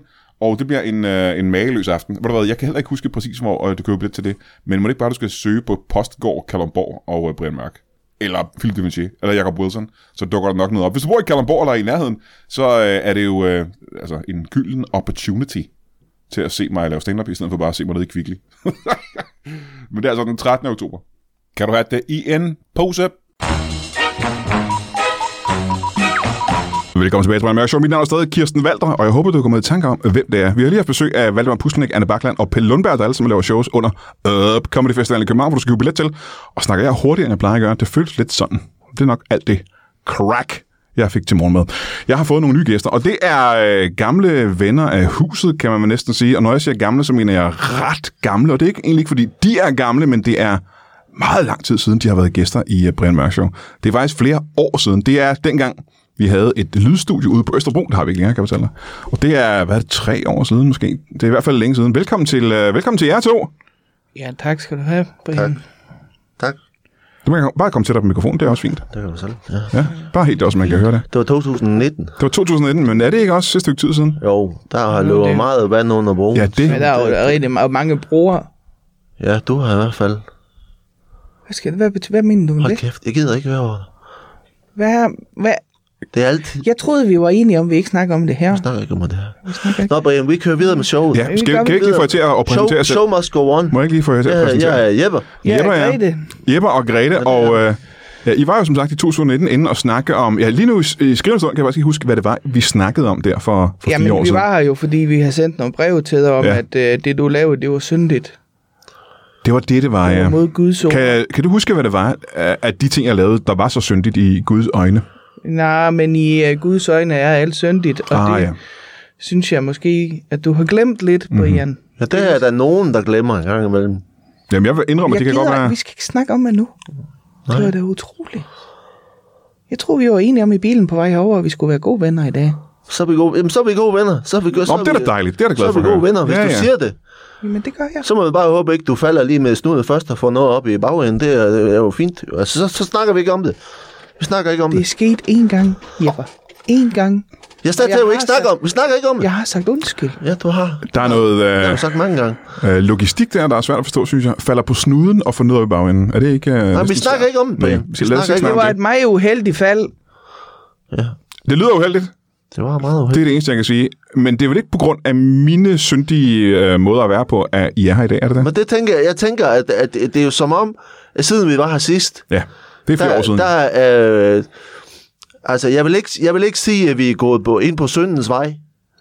Og det bliver en, øh, en mageløs aften. Ved du hvad, jeg kan heller ikke huske præcis, hvor og du kan jo blive til det. Men må det ikke bare, du skal søge på Postgård, Kalundborg og øh, Brian Mørk? Eller Philip de Vinci, eller Jacob Wilson, så dukker der nok noget op. Hvis du bor i Kalundborg eller i nærheden, så øh, er det jo øh, altså en gylden opportunity til at se mig lave stand-up, i stedet for bare at se mig nede i Kvickly. Men det er altså den trettende oktober. Kan du have det i en pose? Velkommen tilbage til Brian Mørk Show. Mit navn er stadig Kirsten Walter, og jeg håber, du er kommet i tanke om, hvem det er. Vi har lige haft besøg af Valdemar Pustelnik, Anne Bakland og Pelle Lundberg, der alle sammen laver shows under Up Comedy Festival i København, hvor du skal købe billet til. Og snakker jeg hurtigere, end jeg plejer at gøre. Det føles lidt sådan. Det er nok alt det crack, jeg fik til morgenmad. Jeg har fået nogle nye gæster, og det er øh, gamle venner af huset, kan man næsten sige. Og når jeg siger gamle, så mener jeg ret gamle. Og det er ikke, egentlig ikke, fordi de er gamle, men det er meget lang tid siden, de har været gæster i uh, Brian Mørk Show. Det er faktisk flere år siden. Det er dengang, vi havde et lydstudie ude på Østerbro. Det har vi ikke længere, kan jeg fortælle dig. Og det er, hvad er det, tre år siden måske? Det er i hvert fald længe siden. Velkommen til, uh, velkommen til jer to. Ja, tak skal du have, Brian. Tak. Tak. Du må bare komme til dig på mikrofonen, det er også fint. Det kan du selv. Ja. Ja, bare helt også, man kan høre det. Det var to tusind nitten. Det var to tusind nitten, men er det ikke også et stykke tid siden? Jo, der har løbet det. meget vand under broen. Ja, det. Men der er jo rigtig mange brugere. Ja, du har i hvert fald. Hvad skal det? Hvad, hvad mener du med Hold det? kæft, jeg gider ikke høre over det. Hvad, hvad? Det er altid. Jeg troede, vi var enige om, at vi ikke snakker om det her. Vi snakker ikke om det her. Vi snakker ikke. Nå, Brian, vi kører videre med showet. Ja, skal, kan jeg ikke lige få jer til at præsentere show, sig? show must go on. Må jeg ikke lige få jer til at Ja, præsentere? jeg er Jeppe. Ja, Jeppe, ja. Grete. Jeppe og Grete, og øh, ja, I var jo som sagt i to tusind nitten inde og snakke om, ja lige nu i, i skrivende stund kan jeg faktisk ikke huske, hvad det var, vi snakkede om der for, for Jamen, fire år vi siden. var her jo, fordi vi har sendt nogle breve til dig om, Ja. at øh, det, du lavede, det var syndigt. Det var det, det var, Det var ja. mod Guds ord. Kan, kan du huske, hvad det var, at de ting, jeg lavede, der var så syndigt i Guds øjne? Nej, men i uh, Guds øjne er alt syndigt, og Ah, det ja. synes jeg måske, at du har glemt lidt, Brian. Mm-hmm. Ja, det er der nogen, der glemmer en gang imellem. Jamen, jeg vil indrømme, at det kan godt være... Vi skal ikke snakke om det nu. Nej. Det var da utroligt. Jeg tror, vi var enige om i bilen på vej herover, at vi skulle være gode venner i dag. Så er vi gode, jamen, så er vi gode venner. Så er vi, så Nå, er det er vi, da dejligt. Det er da glad så for er at vi gode høre. venner, hvis Ja, du ja. siger det. Jamen, det gør jeg. Så må vi bare håbe ikke, du falder lige med snuden først og får noget op i bagenden. Det er, det er jo fint. Altså, så, så snakker vi ikke om det. Vi snakker ikke om Det er det. sket én gang, Jeppe. Én gang. Jeg snakker Jeg jo har ikke snakke sagt- om. Vi snakker ikke om det. Jeg har sagt undskyld. Ja, du har. Der er noget Det har øh, du sagt mange gange. øh, logistik der, der er svært at forstå, synes jeg. Falder på snuden og får noget op i bagenden. Er det ikke... Øh, Nej, vi næsten snakker svært? ikke om det. Nej, Brian. vi Vi skal lade os snakker ikke ikke Det snakke var om et det. meget uheldigt fald. Ja, Det lyder uheldigt. det var meget Det uheldigt. er det eneste, jeg kan sige. Men det er vel ikke på grund af mine syndige øh, måder at være på, at I er her i dag, er det det? Men det tænker jeg, jeg tænker, at, at det er jo som om, at siden vi var her sidst, Ja, det er flere der, år siden. der er... Øh, altså, jeg vil, ikke, jeg vil ikke sige, at vi er gået på, ind på syndens vej.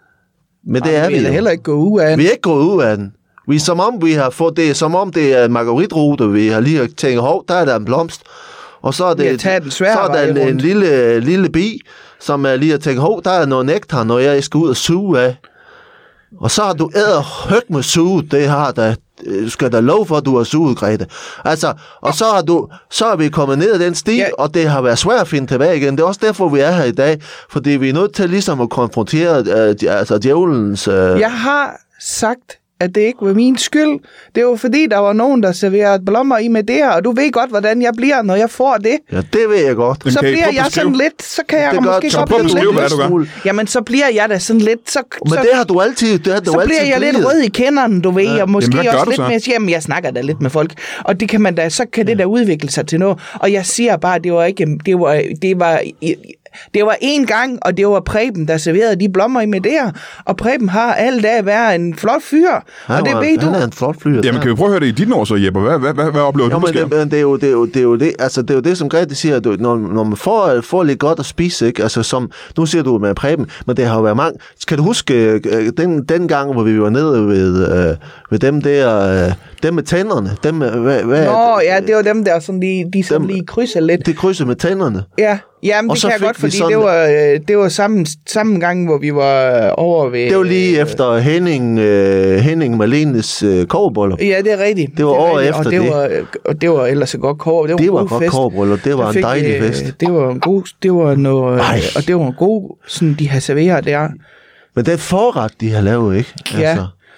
Men det er vi vi er da jo. heller ikke gået ud af Vi er ikke gået ud af den. Vi er som om, vi har fået det, som om det er en margaritrute, vi har lige tænkt, hov, der er der en blomst. Og så er Vi har det, taget den svære så er der vej en, en rundt. lille, lille bi, som er lige har tænkt, hov, der er noget nektar, når jeg skal ud og suge af. Og så har du æder højt med suget, det har der, øh, skal der lov for, at du har suget, Grete. Altså, og så har du, så er vi kommet ned ad den sti, Ja. og det har været svært at finde tilbage igen. Det er også derfor, vi er her i dag, fordi vi er nødt til ligesom at konfrontere øh, de- altså djævelens... Øh, Jeg har sagt, at det ikke var min skyld. Det var fordi, der var nogen, der serverede blommer i med det her, og du ved godt, hvordan jeg bliver, når jeg får det. Ja, det ved jeg godt. Så kan I bliver prøve at jeg beskrive- sådan lidt, så kan jeg Det gør- måske så godt prøv at blive beskrive, lidt... hvad det er, du gør. Jamen, så bliver jeg da sådan lidt... Så, Men så, det har du altid, det har du så altid bliver jeg lidt blivet. rød i kinderne, du ved, ja. og måske Jamen, hvad gør også du lidt så? mere... Jamen, jeg snakker da lidt med folk, og det kan man da, så kan det da udvikle sig til noget. Og jeg siger bare, det var ikke... Det var... Det var det var én gang, og det var Preben, der serverede de blommer i med der. Og Preben har alle dage været en flot fyr. Han Og det var- ved du. Han er en flot fyr. Jamen, kan vi prøve at høre det i dine år så, Jeppe? Hvad, hvad, hvad, hvad oplever Jo, du, men der det, sker? men det, er jo, det, er jo, det er jo det, altså det er jo det, som Grete siger, at du, når, når man får, får lidt godt at spise, ikke? Altså som, nu siger du med Preben, men det har jo været mange. Skal du huske, øh, den, den gang, hvor vi var nede ved, øh, ved dem der, øh, dem med tænderne, dem med, hvad, hvad Nå, ja, det var dem der, sådan lige, de sådan Dem- lige krydser lidt. det krydser med tænderne. Ja, jamen, Og det så kan jeg fik godt, vi fordi sådan- det var, øh, det var samme, samme gang, hvor vi var over ved... Det var lige efter Henning, øh, Henning Malenes øh, kobberbryllup. Ja, det er rigtigt. Det var er året rigtigt, efter og det. det. Var, øh, og det var ellers et godt kår. Det var, Det en var god et godt fest. kobberbryllup. Det var Der en fik, dejlig øh, fest. Det var en god... Det var noget... Ej. Øh, og det var en god... Sådan, de har serveret der. Men det er forret, de har lavet, ikke? Ja.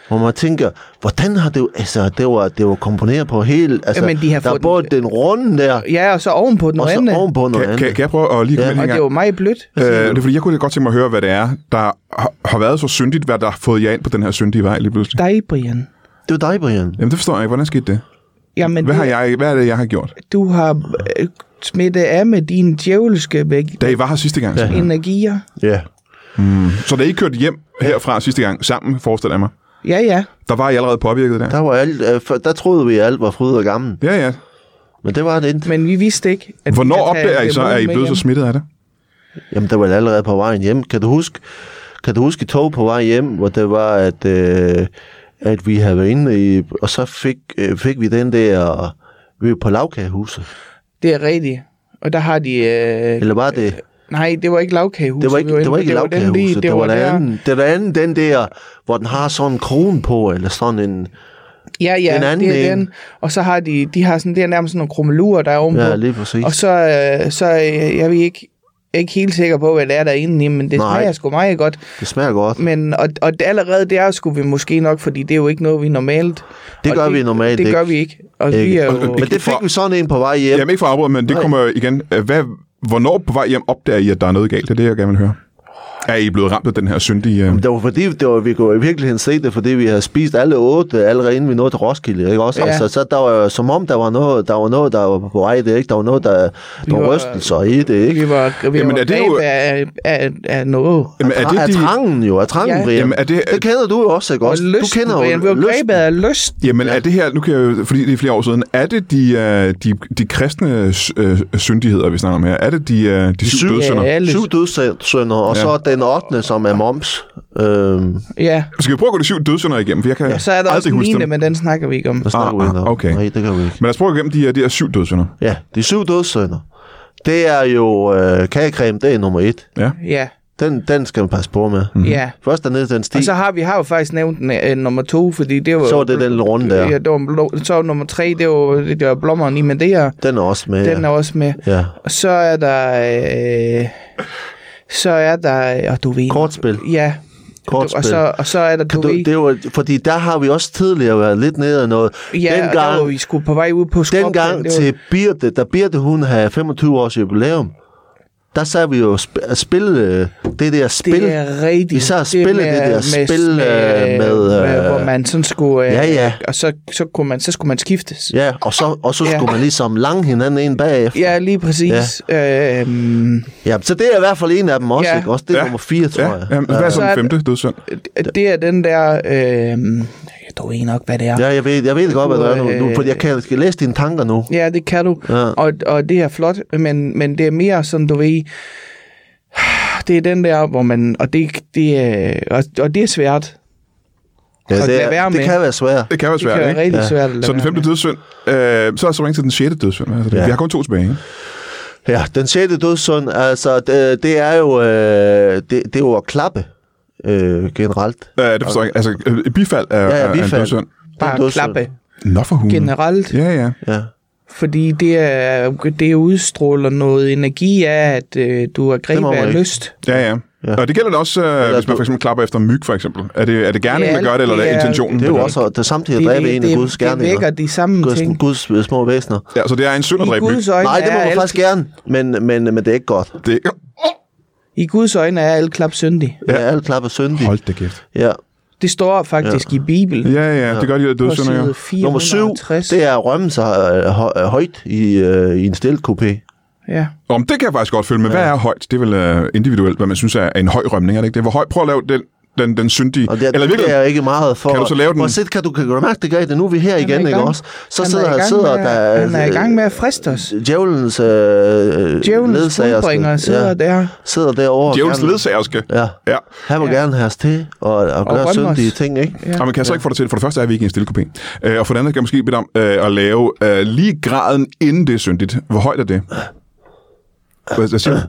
hvor man tænker, hvordan har det jo, altså, det var, det var komponeret på helt, altså, Jamen, de har der er fået både den runde der, Ja, og så ovenpå den og så andet. ovenpå noget Kan, andet. kan, kan jeg prøve at lige komme Ja. ind en Og gang? det var meget blødt. Øh, det er fordi, jeg kunne godt tænke mig at høre, hvad det er, der har, har været så syndigt, hvad der har fået jer ind på den her syndige vej lige pludselig. Dig, Brian. Det var dig, Brian. Jamen, det forstår jeg ikke. Hvordan skete det? Jamen, Hvad, det, har jeg, hvad er det, jeg har gjort? du har øh, smittet af med dine djævelske væg- Da I var her sidste gang. Ja. Ja. energier. Ja. Mm. Så da I kørte hjem herfra sidste gang sammen, forestiller jeg mig, Ja, ja. der var I allerede påvirket der? Der, var alt, øh, for- der troede vi, at alt var fryd og gammel. Ja, ja. Men det var det ikke. Men vi vidste ikke, at Hvornår vi kan tage opdager I så, at I er med blevet så hjem. smittet af det? Jamen, der var det allerede på vejen hjem. Kan du huske, kan du huske i tog på vej hjem, hvor det var, at, øh, at vi havde været inde i, og så fik, øh, fik vi den der, vi var på lavkagehuset. Det er rigtigt. Og der har de... Øh, Eller var det? nej, det var ikke lavkagehuset. Det var ikke, vi det var ikke inde på. den lige- lavkagehuset. Det var den der. anden, det var anden, den der, hvor den har sådan en krone på, eller sådan en... Ja, ja, den anden det er en. den. Og så har de, de har sådan, det er nærmest sådan nogle krummelurer, der er ovenpå. Ja, lige præcis. Og så, øh, så øh, jeg er ikke, ikke helt sikker på, hvad det er derinde i, men det Nej. smager sgu meget godt. Det smager godt. Men, og, og det, allerede der skulle vi måske nok, fordi det er jo ikke noget, vi normalt... Det og gør vi normalt Det ikke. gør vi ikke. Og Ikke. vi er jo... Men det fik vi sådan en på vej hjem. Jamen ikke for at afbryde, men det Nej. kommer igen. Hvad, hvornår på vej hjem opdager I, at der er noget galt? Det er det, jeg gerne vil høre. Er I blevet ramt af den her syndige... Øh... Det var fordi, det var, vi kunne i virkeligheden se det, fordi vi havde spist alle otte, allerede inden vi nåede til Roskilde, ikke også? Ja. Altså, så der var som om, der var noget, der var noget, der var på vej, det ikke? Der var noget, der, der var var- rystelser i det, ikke? Vi var, vi Jamen, var er det greb jo- af, af, af noget. Jamen, er det Af de... trangen jo, af trangen, Ja. Brian. Jamen, er det- det kender du jo også, ikke Og også? lysten, du kender Brian. Vi jo var lysten. grebet af lyst. Jamen er det her, nu kan jeg jo, fordi det er flere år siden, er det de, øh, de, de kristne øh, syndigheder, vi snakker om her? Er det de, øh, de syv syv- dødssynder? Ja, alle- Syv dødssynder, og Ja. så den ottende, som er moms. Øhm, Ja. Skal vi prøve at gå de syv dødssynder igennem? For jeg kan Og så er der også aldrig den huske niende, dem. men den snakker vi ikke om. hvad snakker Ah, vi om? ah, okay. Nej, det kan vi ikke. Men lad os prøve at gå igennem de her, de her syv dødssynder. Ja, de syv dødssynder. Det er jo øh, kagecreme, det er nummer et. Ja. Ja, Den, den skal man passe på med. Mhm. ja. Først dernede den sti. Og så har vi har jo faktisk nævnt uh, nummer to, fordi det var... Så var det den runde der. Ja, det var, blo- så var nummer tre, det var, det var blommeren i Madeira. Den er også med, Den er ja. også med. ja. Og så er der... Øh, så er der... Og du ved... Kortspil. Ja. Kortspil. Og så, og så er der... Kan Du, du, ved, det var, fordi der har vi også tidligere været lidt nede af noget. ja, og der var dengang, vi sgu på vej ud på skråplan. dengang Det var- til Birte, da Birte hun havde femogtyve års jubilæum, der sad vi jo sp- at spille øh, det der spil. Det er rigtigt. Vi sad og spille det der spil, øh, med, med, øh, hvor man sådan skulle... Øh, ja, ja. Og så, så, kunne man, så skulle man skiftes. Ja, og så, og så Ja. skulle man ligesom lange hinanden ind bagefter. Ja, lige præcis. Ja. Øhm, Ja, så det er i hvert fald en af dem også, Ja. ikke? Også det er Ja. nummer fire, tror Ja. jeg. Jamen, hvad er så Så den er femte dødssynd? det er den der... Øhm, jeg ved nok, hvad det er. Ja, jeg ved, jeg ved godt, hvad det er nu, nu Øh, fordi jeg kan skal læse dine tanker nu. Ja, det kan du. Ja. Og, og det er flot, men, men det er mere sådan, du ved... Det er den der, hvor man... Og det, det, er, og, og det er svært. Ja, og det, lad være er, det med. kan være svært. Det kan være Det svært, kan være ikke? rigtig Ja. svært at lade Så den være femte med. dødssynd, øh, så er så ringe til den sjette dødssynd. Altså, Ja. Vi har kun to tilbage, ikke? Ja, den sjette dødssynd, altså, det, det er jo, øh, det, det er jo at klappe, øh, generelt. Ja, det forstår jeg ikke. Altså, øh, bifald er, Ja, ja, er en bifald. dødssynd. Bare dødssynd. klappe Nå for hulen. generelt. Ja, ja. Ja. Fordi det, er, det udstråler noget energi af, at øh, du er må grebet man af ikke. lyst. Ja, ja. Ja. Ja. Og det gælder da også, øh, hvis man du- for eksempel klapper efter myg, for eksempel. Er det, er det gerningen, Ja, der gør det, eller det er det er- intentionen? Det er der jo gør også at det samtidig Det, at dræbe det, en af det, Guds det gerninger. vækker de samme Guds, ting. Guds øh, små væsener. Ja, så det er en synd at I dræbe myg. Guds øjne Nej, det må er man alt, faktisk gerne, men, men, men det er ikke godt. Det, I Guds øjne er alt klap syndig. Ja, alle klapper syndige. hold det kæft. Ja. Det står faktisk ja. i Bibelen. Ja, ja, det gør de der På dødssynder, ja. side fire Nummer syv, hundrede og tres. det er at rømme sig øh, hø- øh, højt i, øh, i en steltkopé. Ja. Om det kan jeg faktisk godt følge med. Hvad er højt? Det er vel uh, individuelt, hvad man synes er en høj rømning, er det ikke det? Hvor højt? Prøv at lave den, den, den syndige... Og det, eller det virkelig, er ikke meget for... Kan du så lave den? Prøv at se, kan du, kan du mærke det, Grete? Nu er vi her Han er igen, i ikke gang. også? Så Han er sidder i gang sidder med, der... Han er i gang med at friste os. Djævelens øh, Djævelens ledsager budbringer sidder ja, der. sidder derovre. og djævelens gerne- ledsagerske. Ja. Ja. Han vil Ja. gerne have os til og, og gøre rømme syndige os. ting, ikke? Ja. Og man kan jeg så ikke få det til. For det første er vi ikke i en stille kopé. Øh, og for det andet kan jeg måske bede om øh, at lave øh, lige graden, inden det er syndigt. Hvor højt er det? Hvad, hvad siger du?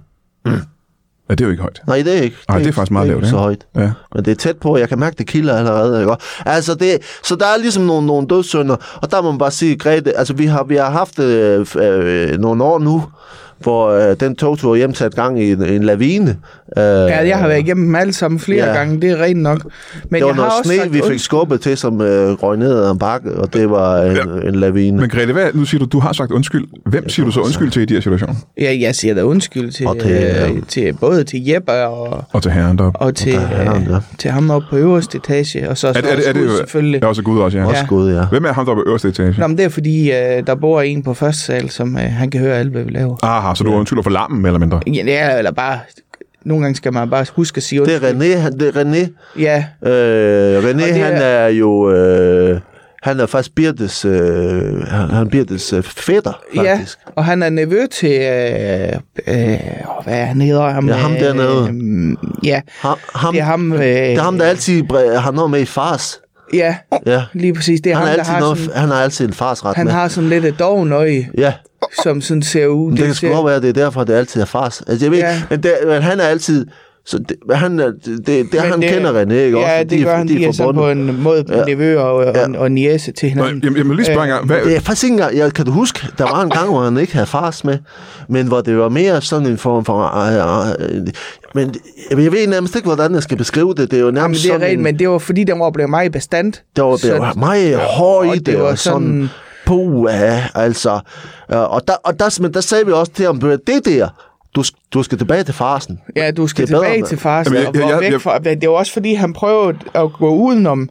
Ja, det er jo ikke højt. Nej, det er ikke. Nej, det er ikke- faktisk meget ikke lavt, så ikke? højt. Ja. Men det er tæt på, jeg kan mærke, det kilder allerede, ikke? Altså, det, så der er ligesom nogle, nogle dødssynder, og der må man bare sige, Grete, altså vi har, vi har haft øh, øh, nogle år nu, hvor øh, den togtur hjem satte gang i en, en lavine. Øh, Ja, jeg har været igennem dem alle sammen flere Ja. gange, det er rent nok. Men det var jeg har noget også sne, sagt vi fik undskyld. skubbet til, som øh, røg ned ad en bakke, og det var en, ja. en lavine. Men Grete, hvad, nu siger du, du har sagt undskyld. Hvem siger du så undskyld til i de her situationer? Ja, jeg siger da undskyld til, Og til, ja. øh, til både til Jeppe og, Og til herren deroppe. og til, Og til herren, ja. øh, til ham oppe på øverste etage, og så, Er så det, er det, er det, også selvfølgelig. Ja, også Gud også, ja. Også Ja. Gud, ja. Hvem er ham, der er på øverste etage? Nå, men det er fordi, øh, der bor en på første sal, som øh, han kan høre alt, hvad vi laver. Aha, så du er undskylder for lammen, mere eller mindre? Ja, det er eller bare... Nogle gange skal man bare huske at sige Det undskyld. er René, han, det er René. Ja, Øh, René, det han er- er jo... Øh, han er faktisk Birtes, øh, han, han Birtes øh, fætter, ja, faktisk. og han er nevø til... Øh, øh, hvad er han hedder? Ham, Ja, ham dernede. Øh, ja, Ham, ham, det er ham... Øh, det er ham, der altid bre- har noget med i fars. Ja, Ja. lige præcis. Det er Han, ham, er der altid har noget, sådan... han har altid en farsret Han med. har sådan lidt et dovenøje, Ja, som sådan ser ud. men det, det kan sgu godt være, det er derfor, det altid er fars. Altså, jeg ved, Ja. ja. men, det, men han er altid... Så det, han, er- det, det, det han det- kender René, ikke Ja, også? det gør han. De er sådan på en måde Ja. nevø og, og, Ja. og niece til Nå, hinanden. jamen, jeg må lige spørge en gang. Hvad, Det er faktisk ikke engang... Jeg, kan du huske, der var en gang, hvor han ikke havde fars med, men hvor det var mere sådan en form for... Uh, uh, men jeg ved nærmest ikke, hvordan jeg skal beskrive det. Det er jo Jamen, nærmest det er sådan... rent, en- men det var fordi, den var blevet meget bestandt. Der var, der var meget hård i og det, det var og sådan... sådan- Puh, ja, altså... Uh, og der, og der, men der sagde vi også til ham, det der, du, sk- du skal tilbage til farsen. Ja, du skal Det er bedre, tilbage mand. til fars. Jamen, jeg- og hvor jeg- væk jeg- fra, det var også fordi, han prøvede at gå udenom,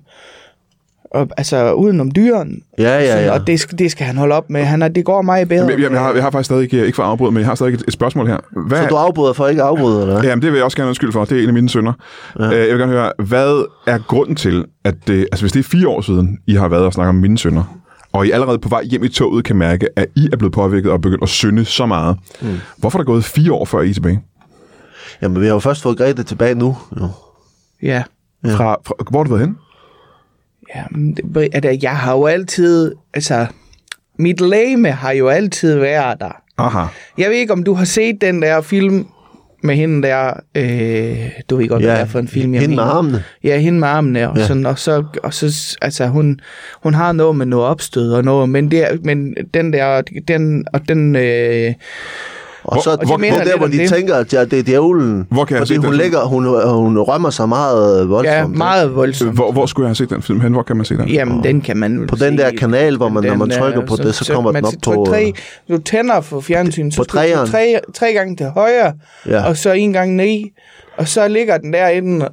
og, altså udenom dyren. Ja, ja, Sådan, ja. og det, skal- det skal han holde op med. Han er, det går meget bedre. jamen, jeg, har, jeg har faktisk stadig ikke, ikke for at afbryde, men jeg har stadig et, et spørgsmål her. Hvad, Så du afbryder for ikke at afbryde, eller hvad? Jamen, det vil jeg også gerne undskylde for. Det er en af mine sønner. Ja. Jeg vil gerne høre, hvad er grunden til, at det, altså hvis det er fire år siden, I har været og snakket om mine sønner, og I allerede på vej hjem i toget kan mærke, at I er blevet påvirket og begyndt at synde så meget. Mm. Hvorfor er der gået fire år, før I er tilbage? Jamen, vi har jo først fået Grete tilbage nu. Jo. Ja. Fra, fra, hvor har du været henne? Ja, men det- at jeg har jo altid, altså, mit læme har jo altid været der. Aha. Jeg ved ikke, om du har set den der film med hende der, øh, du ved godt, hvad Ja, det er for en film, jeg hende med mener. armene. Ja, hende med armene, og, Ja. sådan, og så, og så, altså, hun, hun har noget med noget opstød og noget, men, det, er- men den der, den, og den, øh, Og så de hvor, mener hvor der, lidt hvor om de det. tænker, at ja, det er djævlen. Hvor kan jeg fordi se hun, den lægger, hun, hun rømmer sig meget voldsomt. ja, ikke? meget voldsomt. Hvor, hvor skulle jeg have set den film hen? Hvor kan man se den? Jamen, den kan man På den der kanal, hvor man, når man den trykker er- på det, så kommer man den op trykker på... Tre, du tænder for fjernsynet, så På skal du treeren. tre, tre gange til højre, Ja. og så en gang ned, og så ligger den derinde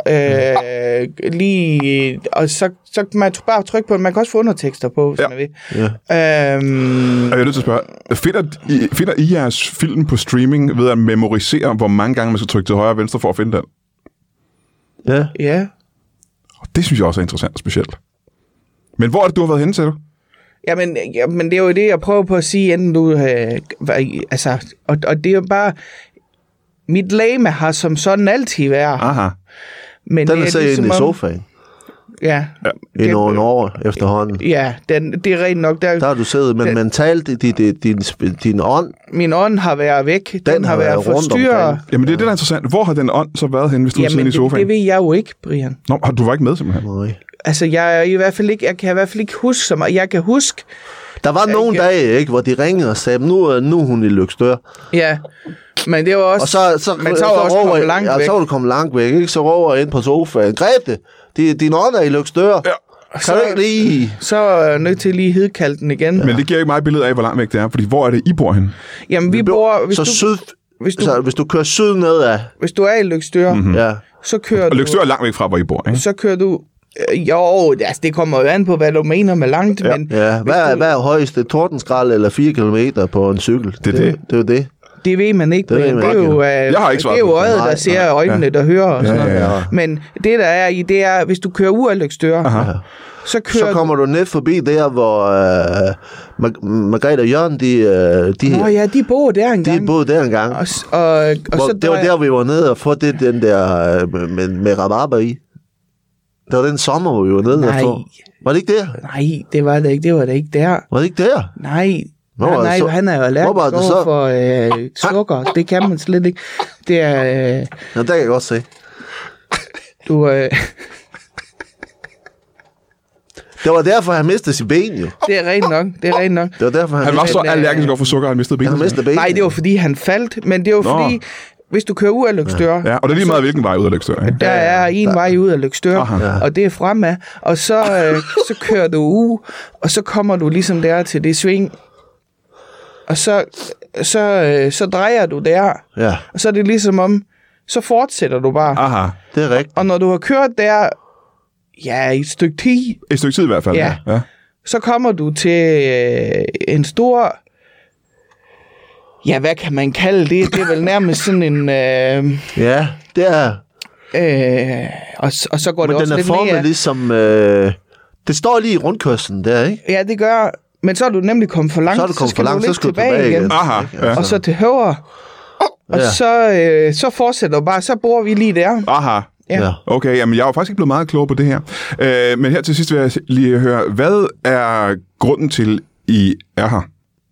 øh, lige, og så, så kan man bare trykke på den. Man kan også få undertekster på, hvis Ja. man vil. Ja. Øhm, Og jeg er nødt til at spørge, finder I, finder I jeres film på streaming ved at memorisere, hvor mange gange man skal trykke til højre og venstre for at finde den? Ja. ja. Og det synes jeg også er interessant og specielt. Men hvor er det, du har været henne, sagde du? Jamen, jamen, det er jo det, jeg prøver på at sige, inden du... Øh, var- altså, og, og det er jo bare... Mit læme har som sådan altid været. Aha. Men Den det er så ligesom inde i om- sofaen. Ja. I nogle år efterhånden. Ja, den, det er rent nok. Der, Der har du siddet, men Den- mentalt, din, din, din, din ånd, min ånd har været væk. Den, den har, har været været rundt forstyrret. omkring. Jamen, det er det, der er interessant. Hvor har den ånd så været henne, hvis du sidder Jamen, inde i det, sofaen? det ved jeg jo ikke, Brian. Nå, har- du var ikke med, simpelthen? nej. Altså, jeg, er i hvert fald ikke, jeg kan i hvert fald ikke huske så meget. Jeg kan huske, Der var Jeg- nogle jeg- dage, ikke, hvor de ringede og sagde, nu, er- nu er hun i Løgstør. ja. Men det var også... Og så, så, men så var jeg også råber kommet jeg- langt ja, væk. så var du kommet langt væk, ikke? Så råber jeg ind på sofaen, Grete, din, din ånd er i Løgstør. Ja. Kan så- du ikke lige... Så er jeg nødt til lige at hedkalde den igen. Men det giver ikke mig et billede af, hvor langt væk det er. Fordi hvor er det, I bor henne? Jamen, vi bor... Hvis Så du, syd, hvis, du, så hvis du kører syd nedad, hvis du er i Lykstør, Mhm. mm-hmm. ja, så kører Og du... Løgstør er langt væk fra, hvor I bor, ikke? Så kører du... øh, Jo, altså, det kommer jo an på, hvad du mener med langt, Ja. men ja. Hvad, er, du- hvad er højeste tordenskrald eller fire kilometer på en cykel? Det er det. Det er jo det. det ved man ikke. Det ved Brian. man Det er ikke, jo, øh, Jeg har ikke svaret det er jo på det. øjet, Nej, der ser nej. øjnene, der hører og sådan Ja, ja, noget. ja. Men det, der er i, det er, hvis du kører ud af Lykstør, Aha. så kører Så kommer du net forbi der, hvor øh, Mar- Margrethe og Jørgen, de, øh, de, Nå ja, de bor der de engang. boede der engang. Og, s- og, og Hvor, så det var drejer- der, vi var nede og få det, den der øh, med, med rabarber i. Det var den sommer, hvor vi var nede Nej. og få. Var det ikke der? Nej, det var det ikke. Det var det ikke der. Var det ikke der? Nej, Hvor nej, var det nej så? han er jo Hvor var allergisk det så? over for øh, sukker. Det kan man slet ikke. Det er... Øh, Ja, der kan jeg godt se. du... Øh, Det var derfor, han mistede sit ben, jo. Det er rent nok. Det er rent nok. Det var derfor, han, Han var mistede, så allergisk over for sukker, at han mistede benet. han mistede benet. Nej, det var fordi, han faldt. Men det var Nå. fordi, hvis du kører ud af Løgstør, Ja, og det er lige meget, hvilken vej ud af Løgstør. Ikke? der er en vej ud af Løgstør, Aha. og det er fremad. Og så, øh, så kører du ud, og så kommer du ligesom der til det sving. Og så, så, øh, så drejer du der. Ja, Og så er det ligesom om, så fortsætter du bare. Aha. det er rigtigt. Og når du har kørt der, ja, et stykke tid, Et stykke tid i hvert fald. Ja. ja. så kommer du til øh, en stor... Ja, hvad kan man kalde det? Det er vel nærmest sådan en... Øh, Ja, det er... øh, og, og så går Men det den også er lidt formet ned. ligesom... Øh, det står lige i rundkørslen der, ikke? Ja, det gør... Men så er du nemlig kommet for langt, Så er du kommet skal for langt, du så lidt skal du tilbage, tilbage igen. igen. Aha, ja. Og så til højre. Og Ja. så, øh, så fortsætter du bare. Så bor vi lige der. Aha. Ja. Ja. Okay, jamen jeg er jo faktisk ikke blevet meget klog på det her. Øh, men her til sidst vil jeg lige høre, hvad er grunden til, I er her?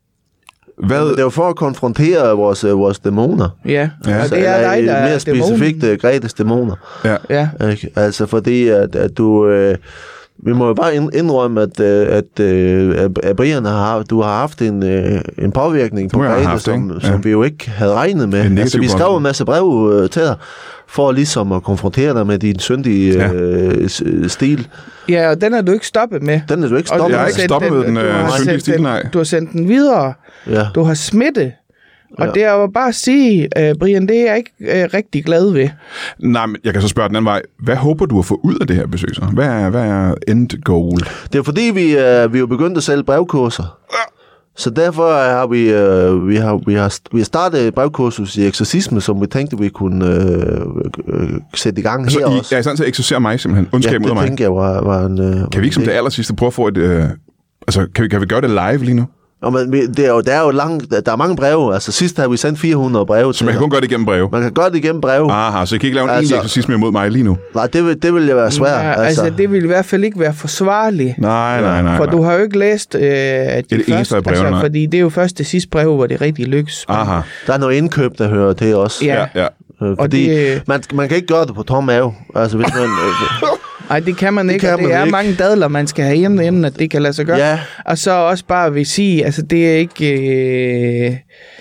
Hvad? Det er jo for at konfrontere vores, øh, vores dæmoner. Ja, Ja. og det er Eller, dig, der øh, er mere dæmonen. specifikt uh, Gretes dæmoner. Ja. Ja. Ikke? Altså fordi, at, at du... Øh, vi må jo bare ind- indrømme, at, øh, at, øh, at Brian har haft, du har haft en, øh, en påvirkning på Du har Grete, haft, som, ikke? som Ja. vi jo ikke havde regnet med. En negativ Altså, vi skrev påvirkning. en masse brev øh, til dig, for ligesom at konfrontere dig med din syndige Ja. øh, s- stil. Ja, og den er du ikke stoppet med. Den er du ikke Og stoppet Jeg er du med. ikke sendt stoppet med den, du øh, har syndige sendt stil, den- nej. Du har sendt den videre. Ja. Du har smittet. Og Ja. det er jo bare at sige, uh, Brian, det er jeg ikke uh, rigtig glad ved. Nej, men jeg kan så spørge den anden vej. Hvad håber du at få ud af det her besøg så? Hvad er, hvad er end goal? Det er fordi, vi, øh, vi er jo begyndt at sælge brevkurser. Så derfor har vi, øh, vi, har, vi, har, vi har startet et brevkursus i eksorcisme, som vi tænkte, vi kunne øh, øh, sætte i gang Så her I også. er i stand til at eksorcere mig simpelthen? Ja, Ondskab ud af det mig? tænker jeg var, var en... Øh, Kan vi ikke som det aller sidste prøve at få et... Øh, altså, kan vi, kan vi gøre det live lige nu? Og men, vi- det er jo, der er jo lang, der er mange breve. Altså sidst har vi sendt fire hundrede breve Så til man kan dig. kun gøre det igennem breve? Man kan gøre det igennem breve. Aha, så I kan ikke lave en Altså- egentlig eksorcisme imod mig lige nu? Nej, det vil, det vil jo være svært. Ja, altså, det vil i hvert fald ikke være forsvarligt. Nej, nej, nej. For nej. du har jo ikke læst øh, de eneste første, af brevene, nej. altså, fordi det er jo først det sidste brev, hvor det rigtig lykkes. Aha, Der er noget indkøb, der hører til også. Ja. ja, ja. Øh, Fordi det- man, man kan ikke gøre det på tom mave. Altså, hvis man... Øh, Nej, det kan man Det ikke, kan og det man er ikke. mange dadler, man skal have hjem, inden at det kan lade sig gøre. Ja. Og så også bare vil sige, altså det er ikke... Øh,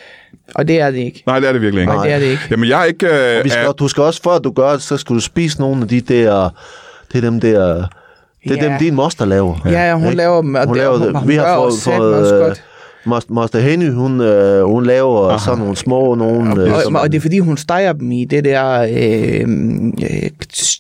og det er det ikke. Nej, det er det virkelig ikke. Nej, det er det ikke. Jamen, jeg er ikke... Øh, vi skal, er, du skal også, for at du gør det, så skal du spise nogle af de der... Det er dem der... Det er Ja. dem, din moster laver. Ja, ja, hun Ikke? laver dem, og Hun det- laver hun- det. hun Vi gør har også fået... satme også fået godt. Moster, Moster Henny, hun, øh, hun laver Aha. sådan nogle små nogle... Øh, Og, som, og det er fordi, hun steger dem i det der... Øh, øh,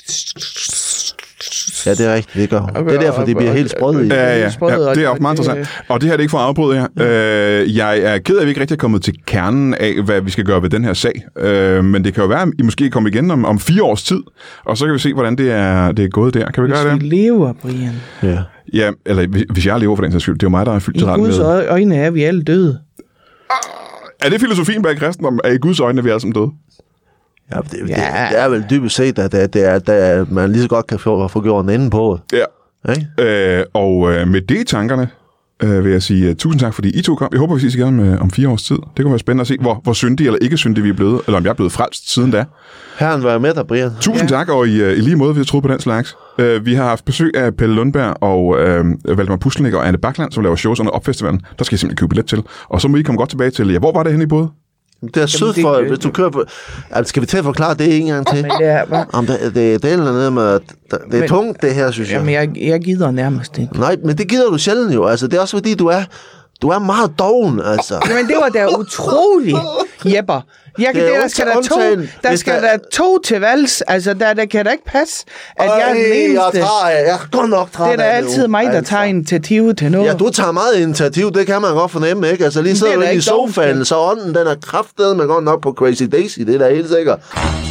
ja, det er rigtigt, det gør hun. Det er derfor, de bliver helt sprøde i. Ja, ja, helt sprøde, ja, og- det er også og meget det- interessant. Og det her er det ikke for at afbryde jer. Øh, jeg er ked af, at vi ikke rigtig er kommet til kernen af, hvad vi skal gøre ved den her sag. Øh, men det kan jo være, at I måske kommer igen om, om fire års tid, og så kan vi se, hvordan det er, det er gået der. Kan vi gøre Hvis vi det? lever, Brian. Ja. Ja, eller hvis- hvis jeg lever for den sags skyld. Det er jo mig, der er fyldt I til retten Guds med. øjne er vi alle døde. Er det filosofien bag kristendom, at i Guds øjne er vi alle som døde? Ja, det, det, Ja. det er vel dybest set, at, det er, at, at man lige så godt kan få, få gjort en ende på det. Ja. Ikke? Øh, og øh, med det i tankerne, øh, vil jeg sige uh, tusind tak, fordi I to kom. Jeg håber, vi ses igen med, om fire års tid. Det kunne være spændende at se, hvor, hvor syndige eller ikke syndige vi er blevet, eller om jeg er blevet frelst siden da. Herren var med dig, Brian. Tusind ja. tak, og i, uh, i lige måde, vi har troet på den slags. Uh, vi har haft besøg af Pelle Lundberg og uh, Valdemar Pustelnik og Anne Bakland, som laver shows under Opfestivalen. Der skal I simpelthen købe billet til. Og så må I komme godt tilbage til, ja, hvor var det henne i både? Det er sødt det- for, hvis du kører på... Altså, skal vi til at forklare det en gang til? Men det er, hva? Om det, det, det er noget med... at Det er Men- tungt, det her, synes jeg. Jamen, jeg, jeg gider nærmest ikke. Nej, men det gider du sjældent jo. Altså, det er også fordi, du er... Du er meget doven, altså. Jamen, det var da utroligt, Jepper. Jeg kan, Det det er der skal der undtagen, to, der hvis skal der- der to til valgs. Altså, der, der kan da ikke passe, at jeg er den Ej, eneste. Jeg, tager, jeg er godt nok træt Det er da af nu, altid mig, der altså. tager initiativet til noget. Ja, du tager meget initiativ, det kan man godt fornemme, ikke? Altså, lige det sidder er du da inde i ikke sofaen, dovenskab. så ånden, den er kraftedeme godt nok på Crazy Daisy, det er da helt sikkert.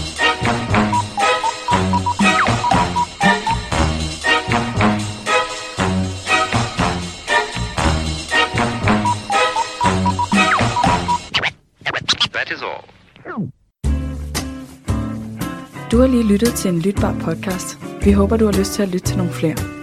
That is all. Du har lige lyttet til en lytbar podcast. Vi håber, du har lyst til at lytte til nogle flere.